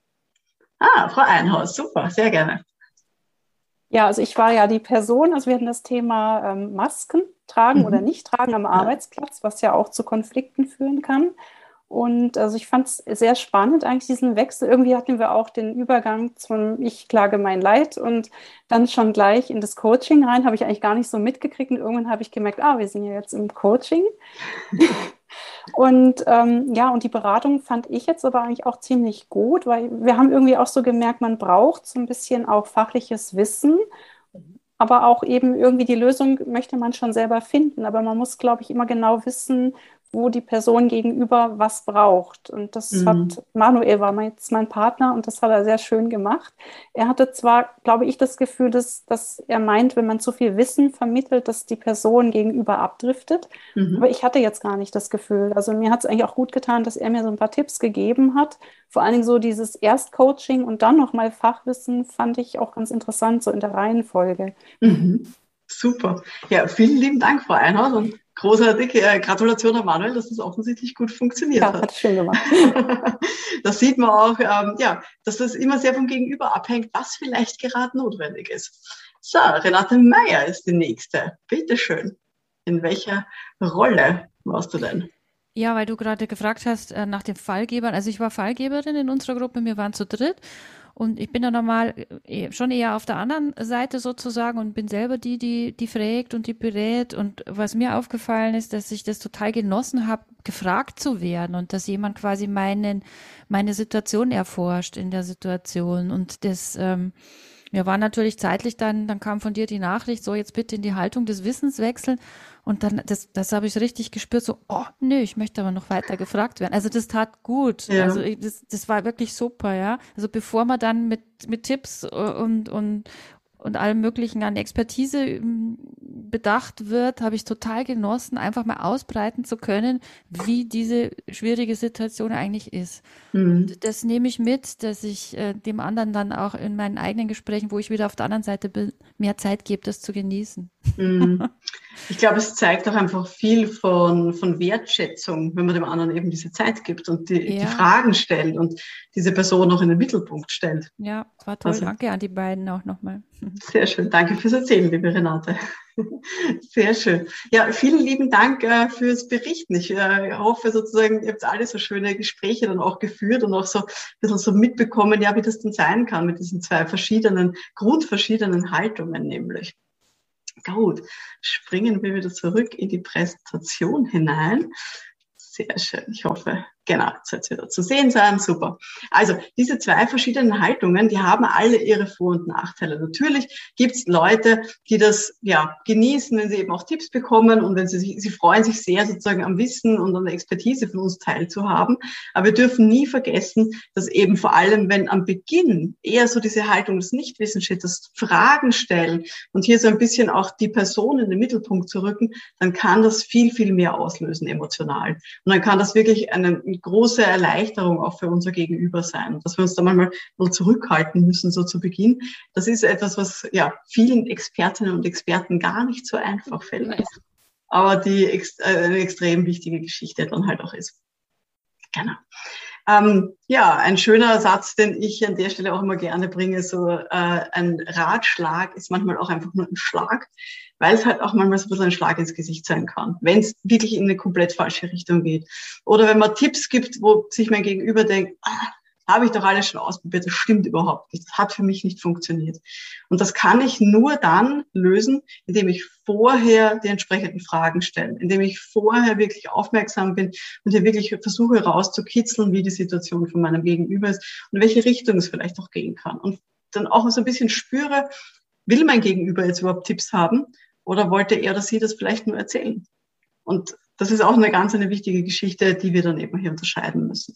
Ah, Frau Einhaus, super, sehr gerne. Ja, also ich war ja die Person, also wir hatten das Thema ähm, Masken tragen mhm. oder nicht tragen am ja. Arbeitsplatz, was ja auch zu Konflikten führen kann. Und also ich fand es sehr spannend, eigentlich diesen Wechsel. Irgendwie hatten wir auch den Übergang zum Ich klage mein Leid und dann schon gleich in das Coaching rein, habe ich eigentlich gar nicht so mitgekriegt. Und irgendwann habe ich gemerkt, ah, wir sind ja jetzt im Coaching. Und ähm, ja, und die Beratung fand ich jetzt aber eigentlich auch ziemlich gut, weil wir haben irgendwie auch so gemerkt, man braucht so ein bisschen auch fachliches Wissen, aber auch eben irgendwie die Lösung möchte man schon selber finden. Aber man muss, glaube ich, immer genau wissen, wo die Person gegenüber was braucht. Und das mhm. hat, Manuel war jetzt mein Partner und das hat er sehr schön gemacht. Er hatte zwar, glaube ich, das Gefühl, dass, dass er meint, wenn man zu viel Wissen vermittelt, dass die Person gegenüber abdriftet. Mhm. Aber ich hatte jetzt gar nicht das Gefühl. Also mir hat es eigentlich auch gut getan, dass er mir so ein paar Tipps gegeben hat. Vor allen Dingen so dieses Erstcoaching und dann nochmal Fachwissen fand ich auch ganz interessant, so in der Reihenfolge. Mhm. Super. Ja, vielen lieben Dank, Frau Einhaus. Und großartige äh, Gratulation an Manuel, dass das offensichtlich gut funktioniert ja, hat. Hat schön gemacht. Das sieht man auch, ähm, ja, dass das immer sehr vom Gegenüber abhängt, was vielleicht gerade notwendig ist. So, Renate Meyer ist die nächste. Bitte schön. In welcher Rolle warst du denn? Ja, weil du gerade gefragt hast äh, nach den Fallgebern. Also ich war Fallgeberin in unserer Gruppe, wir waren zu dritt. Und ich bin dann normal schon eher auf der anderen Seite sozusagen und bin selber die, die, die fragt und die berät. Und was mir aufgefallen ist, dass ich das total genossen habe, gefragt zu werden und dass jemand quasi meinen, meine Situation erforscht in der Situation. Und das, ähm, wir waren natürlich zeitlich dann, dann kam von dir die Nachricht, so jetzt bitte in die Haltung des Wissens wechseln. Und dann, das, das habe ich richtig gespürt, so, oh, nö, ich möchte aber noch weiter gefragt werden. Also das tat gut. Ja. Also das, das war wirklich super, ja. Also bevor man dann mit, mit Tipps und, und und allem Möglichen an Expertise bedacht wird, habe ich total genossen, einfach mal ausbreiten zu können, wie diese schwierige Situation eigentlich ist. Mhm. Das nehme ich mit, dass ich äh, dem anderen dann auch in meinen eigenen Gesprächen, wo ich wieder auf der anderen Seite bin, mehr Zeit gebe, das zu genießen. Mhm. Ich glaube, es zeigt auch einfach viel von, von Wertschätzung, wenn man dem anderen eben diese Zeit gibt und die, ja. die Fragen stellt und diese Person auch in den Mittelpunkt stellt. Ja, war toll. Also, danke an die beiden auch nochmal. Sehr schön. Danke fürs Erzählen, liebe Renate. Sehr schön. Ja, vielen lieben Dank äh, fürs Berichten. Ich äh, hoffe sozusagen, ihr habt alle so schöne Gespräche dann auch geführt und auch so ein bisschen so mitbekommen, ja, wie das denn sein kann mit diesen zwei verschiedenen, grundverschiedenen Haltungen nämlich. Gut, springen wir wieder zurück in die Präsentation hinein. Sehr schön, ich hoffe, genau, jetzt soll es wieder zu sehen sein, super. Also diese zwei verschiedenen Haltungen, die haben alle ihre Vor- und Nachteile. Natürlich gibt es Leute, die das ja genießen, wenn sie eben auch Tipps bekommen und wenn sie sich, sie freuen sich sehr sozusagen am Wissen und an der Expertise von uns teilzuhaben. Aber wir dürfen nie vergessen, dass eben vor allem, wenn am Beginn eher so diese Haltung des Nichtwissens steht, das Fragen stellen und hier so ein bisschen auch die Person in den Mittelpunkt zu rücken, dann kann das viel, viel mehr auslösen emotional. Und dann kann das wirklich eine große Erleichterung auch für unser Gegenüber sein. Dass wir uns da manchmal nur zurückhalten müssen, so zu Beginn. Das ist etwas, was ja vielen Expertinnen und Experten gar nicht so einfach fällt. Aber die ex- äh, eine extrem wichtige Geschichte dann halt auch ist. Genau. Ähm, ja, ein schöner Satz, den ich an der Stelle auch immer gerne bringe, so äh, ein Ratschlag ist manchmal auch einfach nur ein Schlag, weil es halt auch manchmal so ein bisschen ein Schlag ins Gesicht sein kann, wenn es wirklich in eine komplett falsche Richtung geht. Oder wenn man Tipps gibt, wo sich mein Gegenüber denkt, ah, habe ich doch alles schon ausprobiert, das stimmt überhaupt nicht, das hat für mich nicht funktioniert. Und das kann ich nur dann lösen, indem ich vorher die entsprechenden Fragen stelle, indem ich vorher wirklich aufmerksam bin und hier wirklich versuche herauszukitzeln, wie die Situation von meinem Gegenüber ist und in welche Richtung es vielleicht auch gehen kann. Und dann auch so ein bisschen spüre, will mein Gegenüber jetzt überhaupt Tipps haben oder wollte er oder sie das vielleicht nur erzählen? Und das ist auch eine ganz eine wichtige Geschichte, die wir dann eben hier unterscheiden müssen.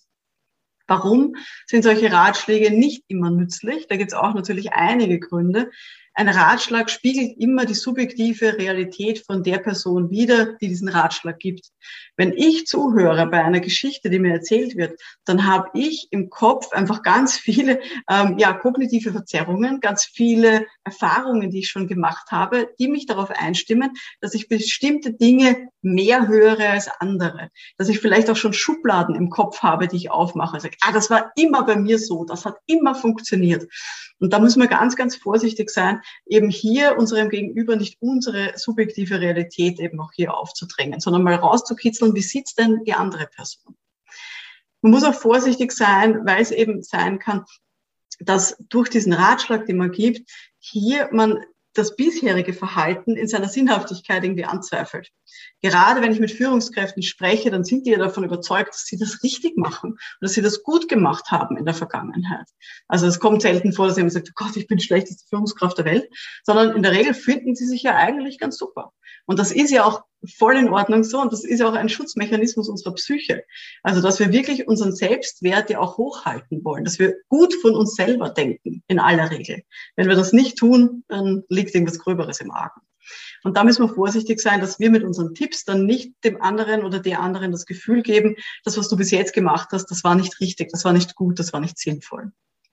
Warum sind solche Ratschläge nicht immer nützlich? Da gibt es auch natürlich einige Gründe. Ein Ratschlag spiegelt immer die subjektive Realität von der Person wider, die diesen Ratschlag gibt. Wenn ich zuhöre bei einer Geschichte, die mir erzählt wird, dann habe ich im Kopf einfach ganz viele ähm, ja, kognitive Verzerrungen, ganz viele Erfahrungen, die ich schon gemacht habe, die mich darauf einstimmen, dass ich bestimmte Dinge mehr höre als andere. Dass ich vielleicht auch schon Schubladen im Kopf habe, die ich aufmache. Also, ah, das war immer bei mir so, das hat immer funktioniert. Und da müssen wir ganz, ganz vorsichtig sein, eben hier unserem Gegenüber nicht unsere subjektive Realität eben auch hier aufzudrängen, sondern mal rauszukitzeln, wie sieht's denn die andere Person? Man muss auch vorsichtig sein, weil es eben sein kann, dass durch diesen Ratschlag, den man gibt, hier man das bisherige Verhalten in seiner Sinnhaftigkeit irgendwie anzweifelt. Gerade wenn ich mit Führungskräften spreche, dann sind die ja davon überzeugt, dass sie das richtig machen und dass sie das gut gemacht haben in der Vergangenheit. Also es kommt selten vor, dass jemand sagt, oh Gott, ich bin die schlechteste Führungskraft der Welt, sondern in der Regel finden sie sich ja eigentlich ganz super. Und das ist ja auch voll in Ordnung so und das ist ja auch ein Schutzmechanismus unserer Psyche. Also dass wir wirklich unseren Selbstwert ja auch hochhalten wollen, dass wir gut von uns selber denken, in aller Regel. Wenn wir das nicht tun, dann liegt irgendwas Gröberes im Argen. Und da müssen wir vorsichtig sein, dass wir mit unseren Tipps dann nicht dem anderen oder der anderen das Gefühl geben, das, was du bis jetzt gemacht hast, das war nicht richtig, das war nicht gut, das war nicht sinnvoll.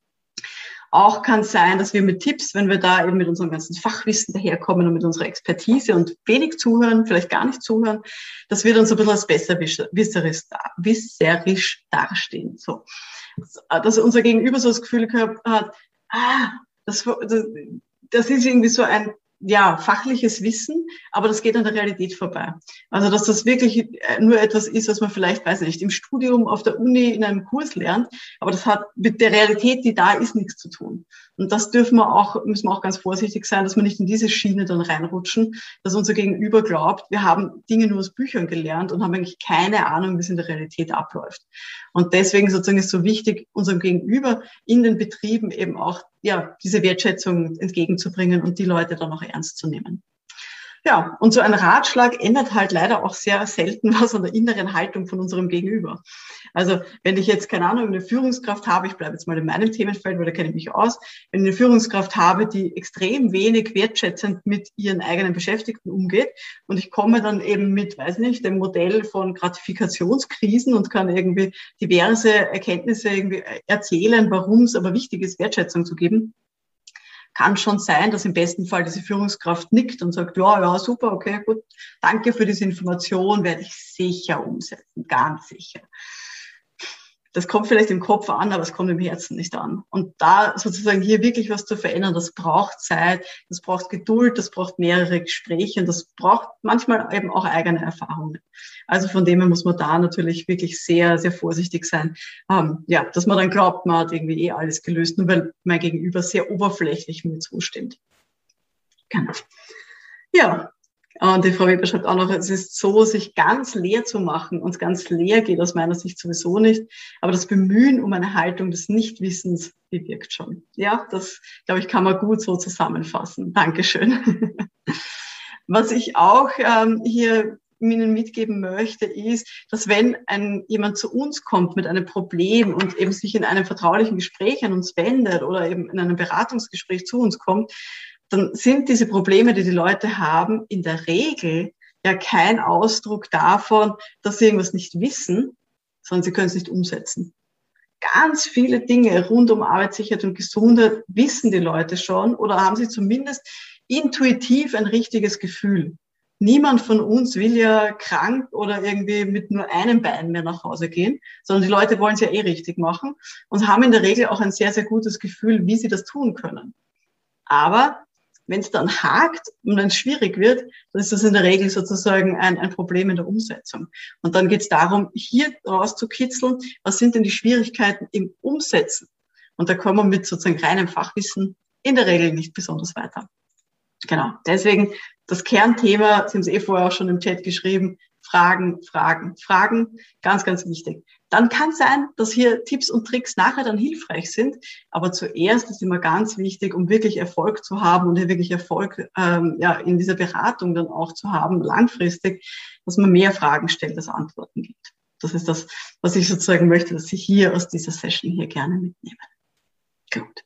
Auch kann es sein, dass wir mit Tipps, wenn wir da eben mit unserem ganzen Fachwissen daherkommen und mit unserer Expertise und wenig zuhören, vielleicht gar nicht zuhören, dass wir dann so ein bisschen als besserwisserisch, wisserisch dastehen. So. Dass unser Gegenüber so das Gefühl hat, ah, das, das, das ist irgendwie so ein ja, fachliches Wissen, aber das geht an der Realität vorbei. Also, dass das wirklich nur etwas ist, was man vielleicht, weiß nicht, im Studium, auf der Uni, in einem Kurs lernt, aber das hat mit der Realität, die da ist, nichts zu tun. Und das dürfen wir auch, müssen wir auch ganz vorsichtig sein, dass wir nicht in diese Schiene dann reinrutschen, dass unser Gegenüber glaubt, wir haben Dinge nur aus Büchern gelernt und haben eigentlich keine Ahnung, wie es in der Realität abläuft. Und deswegen sozusagen ist es so wichtig, unserem Gegenüber in den Betrieben eben auch ja diese Wertschätzung entgegenzubringen und die Leute dann auch ernst zu nehmen. Ja, und so ein Ratschlag ändert halt leider auch sehr selten was an der inneren Haltung von unserem Gegenüber. Also wenn ich jetzt, keine Ahnung, eine Führungskraft habe, ich bleibe jetzt mal in meinem Themenfeld, weil da kenne ich mich aus, wenn ich eine Führungskraft habe, die extrem wenig wertschätzend mit ihren eigenen Beschäftigten umgeht und ich komme dann eben mit, weiß nicht, dem Modell von Gratifikationskrisen und kann irgendwie diverse Erkenntnisse irgendwie erzählen, warum es aber wichtig ist, Wertschätzung zu geben, kann schon sein, dass im besten Fall diese Führungskraft nickt und sagt, ja, ja, super, okay, gut, danke für diese Information, werde ich sicher umsetzen, ganz sicher. Das kommt vielleicht im Kopf an, aber es kommt im Herzen nicht an. Und da sozusagen hier wirklich was zu verändern, das braucht Zeit, das braucht Geduld, das braucht mehrere Gespräche und das braucht manchmal eben auch eigene Erfahrungen. Also von dem her muss man da natürlich wirklich sehr, sehr vorsichtig sein. Ähm, ja, dass man dann glaubt, man hat irgendwie eh alles gelöst, nur weil mein Gegenüber sehr oberflächlich mir zustimmt. Genau. Ja. Und die Frau Weber schreibt auch noch, es ist so, sich ganz leer zu machen. Und ganz leer geht aus meiner Sicht sowieso nicht. Aber das Bemühen um eine Haltung des Nichtwissens bewirkt schon. Ja, das, glaube ich, kann man gut so zusammenfassen. Dankeschön. Was ich auch ähm, hier Ihnen mitgeben möchte, ist, dass wenn ein, jemand zu uns kommt mit einem Problem und eben sich in einem vertraulichen Gespräch an uns wendet oder eben in einem Beratungsgespräch zu uns kommt, dann sind diese Probleme, die die Leute haben, in der Regel ja kein Ausdruck davon, dass sie irgendwas nicht wissen, sondern sie können es nicht umsetzen. Ganz viele Dinge rund um Arbeitssicherheit und Gesundheit wissen die Leute schon oder haben sie zumindest intuitiv ein richtiges Gefühl. Niemand von uns will ja krank oder irgendwie mit nur einem Bein mehr nach Hause gehen, sondern die Leute wollen es ja eh richtig machen und haben in der Regel auch ein sehr, sehr gutes Gefühl, wie sie das tun können. Aber wenn es dann hakt und wenn es schwierig wird, dann ist das in der Regel sozusagen ein, ein Problem in der Umsetzung. Und dann geht es darum, hier rauszukitzeln, was sind denn die Schwierigkeiten im Umsetzen? Und da kommen wir mit sozusagen reinem Fachwissen in der Regel nicht besonders weiter. Genau, deswegen das Kernthema, Sie haben es eh vorher auch schon im Chat geschrieben, Fragen, Fragen, Fragen, ganz, ganz wichtig. Dann kann es sein, dass hier Tipps und Tricks nachher dann hilfreich sind, aber zuerst ist immer ganz wichtig, um wirklich Erfolg zu haben und hier wirklich Erfolg ähm, ja, in dieser Beratung dann auch zu haben, langfristig, dass man mehr Fragen stellt, als Antworten gibt. Das ist das, was ich sozusagen möchte, dass Sie hier aus dieser Session hier gerne mitnehmen. Gut.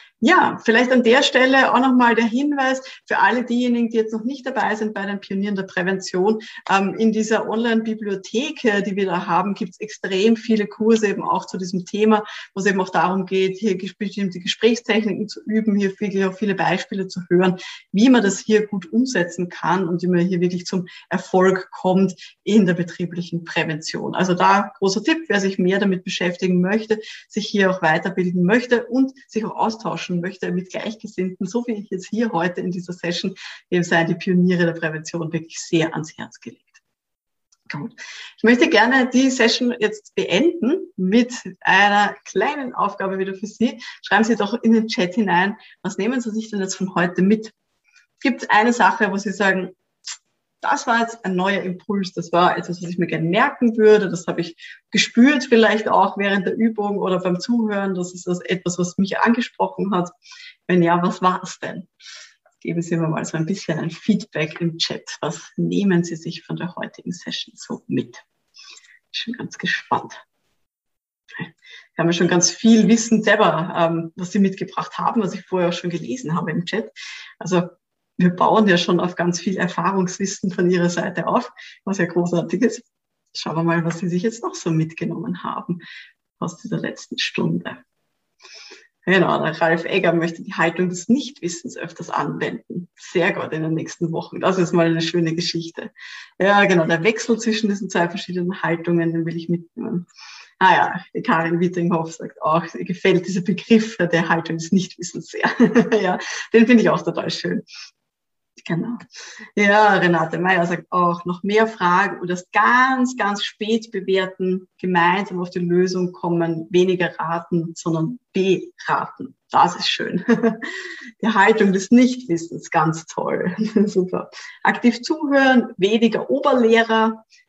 Ja, vielleicht an der Stelle auch nochmal der Hinweis für alle diejenigen, die jetzt noch nicht dabei sind bei den Pionieren der Prävention. Ähm, in dieser Online-Bibliothek, die wir da haben, gibt es extrem viele Kurse eben auch zu diesem Thema, wo es eben auch darum geht, hier bestimmte Gesprächstechniken zu üben, hier wirklich auch viele Beispiele zu hören, wie man das hier gut umsetzen kann und wie man hier wirklich zum Erfolg kommt in der betrieblichen Prävention. Also da großer Tipp, wer sich mehr damit beschäftigen möchte, sich hier auch weiterbilden möchte und sich auch austauschen möchte mit Gleichgesinnten, so wie ich jetzt hier heute in dieser Session, eben seien die Pioniere der Prävention wirklich sehr ans Herz gelegt. Gut. Ich möchte gerne die Session jetzt beenden mit einer kleinen Aufgabe wieder für Sie. Schreiben Sie doch in den Chat hinein, was nehmen Sie sich denn jetzt von heute mit? Gibt es eine Sache, wo Sie sagen, das war jetzt ein neuer Impuls, das war etwas, was ich mir gerne merken würde, das habe ich gespürt vielleicht auch während der Übung oder beim Zuhören, das ist das etwas, was mich angesprochen hat. Wenn ja, was war es denn? Geben Sie mir mal so ein bisschen ein Feedback im Chat. Was nehmen Sie sich von der heutigen Session so mit? Ich bin ganz gespannt. Ich habe schon ganz viel Wissen selber, ähm, was Sie mitgebracht haben, was ich vorher auch schon gelesen habe im Chat. Also wir bauen ja schon auf ganz viel Erfahrungswissen von Ihrer Seite auf, was ja großartig ist. Schauen wir mal, was Sie sich jetzt noch so mitgenommen haben aus dieser letzten Stunde. Genau, der Ralf Egger möchte die Haltung des Nichtwissens öfters anwenden. Sehr gut in den nächsten Wochen. Das ist mal eine schöne Geschichte. Ja, genau, der Wechsel zwischen diesen zwei verschiedenen Haltungen, den will ich mitnehmen. Ah ja, die Karin Wittringhoff sagt auch, ihr gefällt dieser Begriff der Haltung des Nichtwissens sehr. Ja, den finde ich auch total schön. Genau. Ja, Renate Meyer sagt auch, noch mehr Fragen und das ganz, ganz spät bewerten, gemeinsam auf die Lösung kommen, weniger raten, sondern beraten. Das ist schön. Die Haltung des Nichtwissens, ganz toll. Super. Aktiv zuhören, weniger Oberlehrer.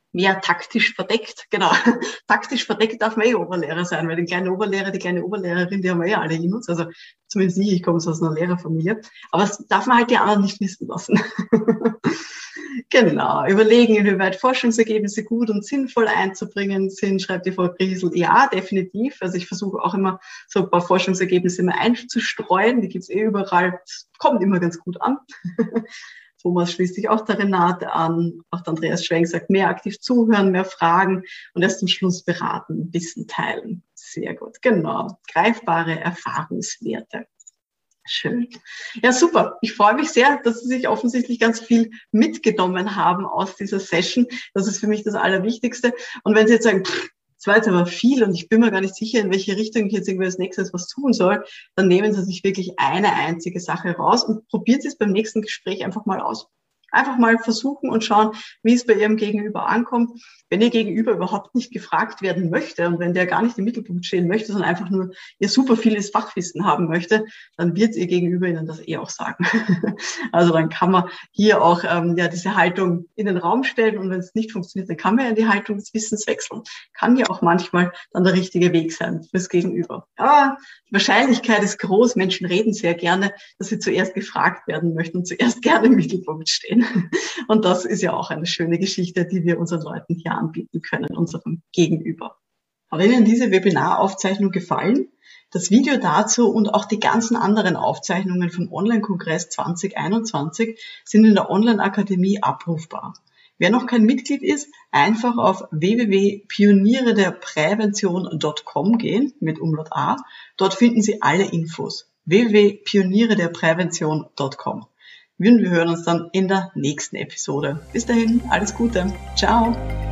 mehr taktisch verdeckt. Genau, taktisch verdeckt darf man eh Oberlehrer sein, weil den kleinen Oberlehrer, die kleine Oberlehrerin, die haben wir eh alle in uns. Also zumindest nicht, ich komme aus einer Lehrerfamilie. Aber das darf man halt die anderen nicht wissen lassen. Genau, überlegen, inwieweit Forschungsergebnisse gut und sinnvoll einzubringen sind, schreibt die Frau Griesel. Ja, definitiv. Also ich versuche auch immer so ein paar Forschungsergebnisse immer einzustreuen. Die gibt's eh überall. Das kommt immer ganz gut an. Thomas schließt sich auch der Renate an. Auch der Andreas Schwenk sagt, mehr aktiv zuhören, mehr fragen und erst zum Schluss beraten, Wissen teilen. Sehr gut, genau. Greifbare Erfahrungswerte. Schön. Ja, super. Ich freue mich sehr, dass Sie sich offensichtlich ganz viel mitgenommen haben aus dieser Session. Das ist für mich das Allerwichtigste. Und wenn Sie jetzt sagen, pff, das war jetzt aber viel und ich bin mir gar nicht sicher, in welche Richtung ich jetzt irgendwie als nächstes was tun soll, dann nehmen Sie sich wirklich eine einzige Sache raus und probieren Sie es beim nächsten Gespräch einfach mal aus. Einfach mal versuchen und schauen, wie es bei Ihrem Gegenüber ankommt. Wenn Ihr Gegenüber überhaupt nicht gefragt werden möchte und wenn der gar nicht im Mittelpunkt stehen möchte, sondern einfach nur Ihr super vieles Fachwissen haben möchte, dann wird Ihr Gegenüber Ihnen das eh auch sagen. Also dann kann man hier auch ähm, ja diese Haltung in den Raum stellen und wenn es nicht funktioniert, dann kann man ja in die Haltung des Wissens wechseln. Kann ja auch manchmal dann der richtige Weg sein fürs Gegenüber. Aber die Wahrscheinlichkeit ist groß, Menschen reden sehr gerne, dass sie zuerst gefragt werden möchten und zuerst gerne im Mittelpunkt stehen. Und das ist ja auch eine schöne Geschichte, die wir unseren Leuten hier anbieten können, unserem Gegenüber. Hat Ihnen diese Webinaraufzeichnung gefallen? Das Video dazu und auch die ganzen anderen Aufzeichnungen vom Online-Kongress zwanzig einundzwanzig sind in der Online-Akademie abrufbar. Wer noch kein Mitglied ist, einfach auf w w w punkt pioniere der prävention punkt com gehen, mit Umlaut A. Dort finden Sie alle Infos. w w w punkt pioniere der prävention punkt com. Wir hören uns dann in der nächsten Episode. Bis dahin, alles Gute. Ciao.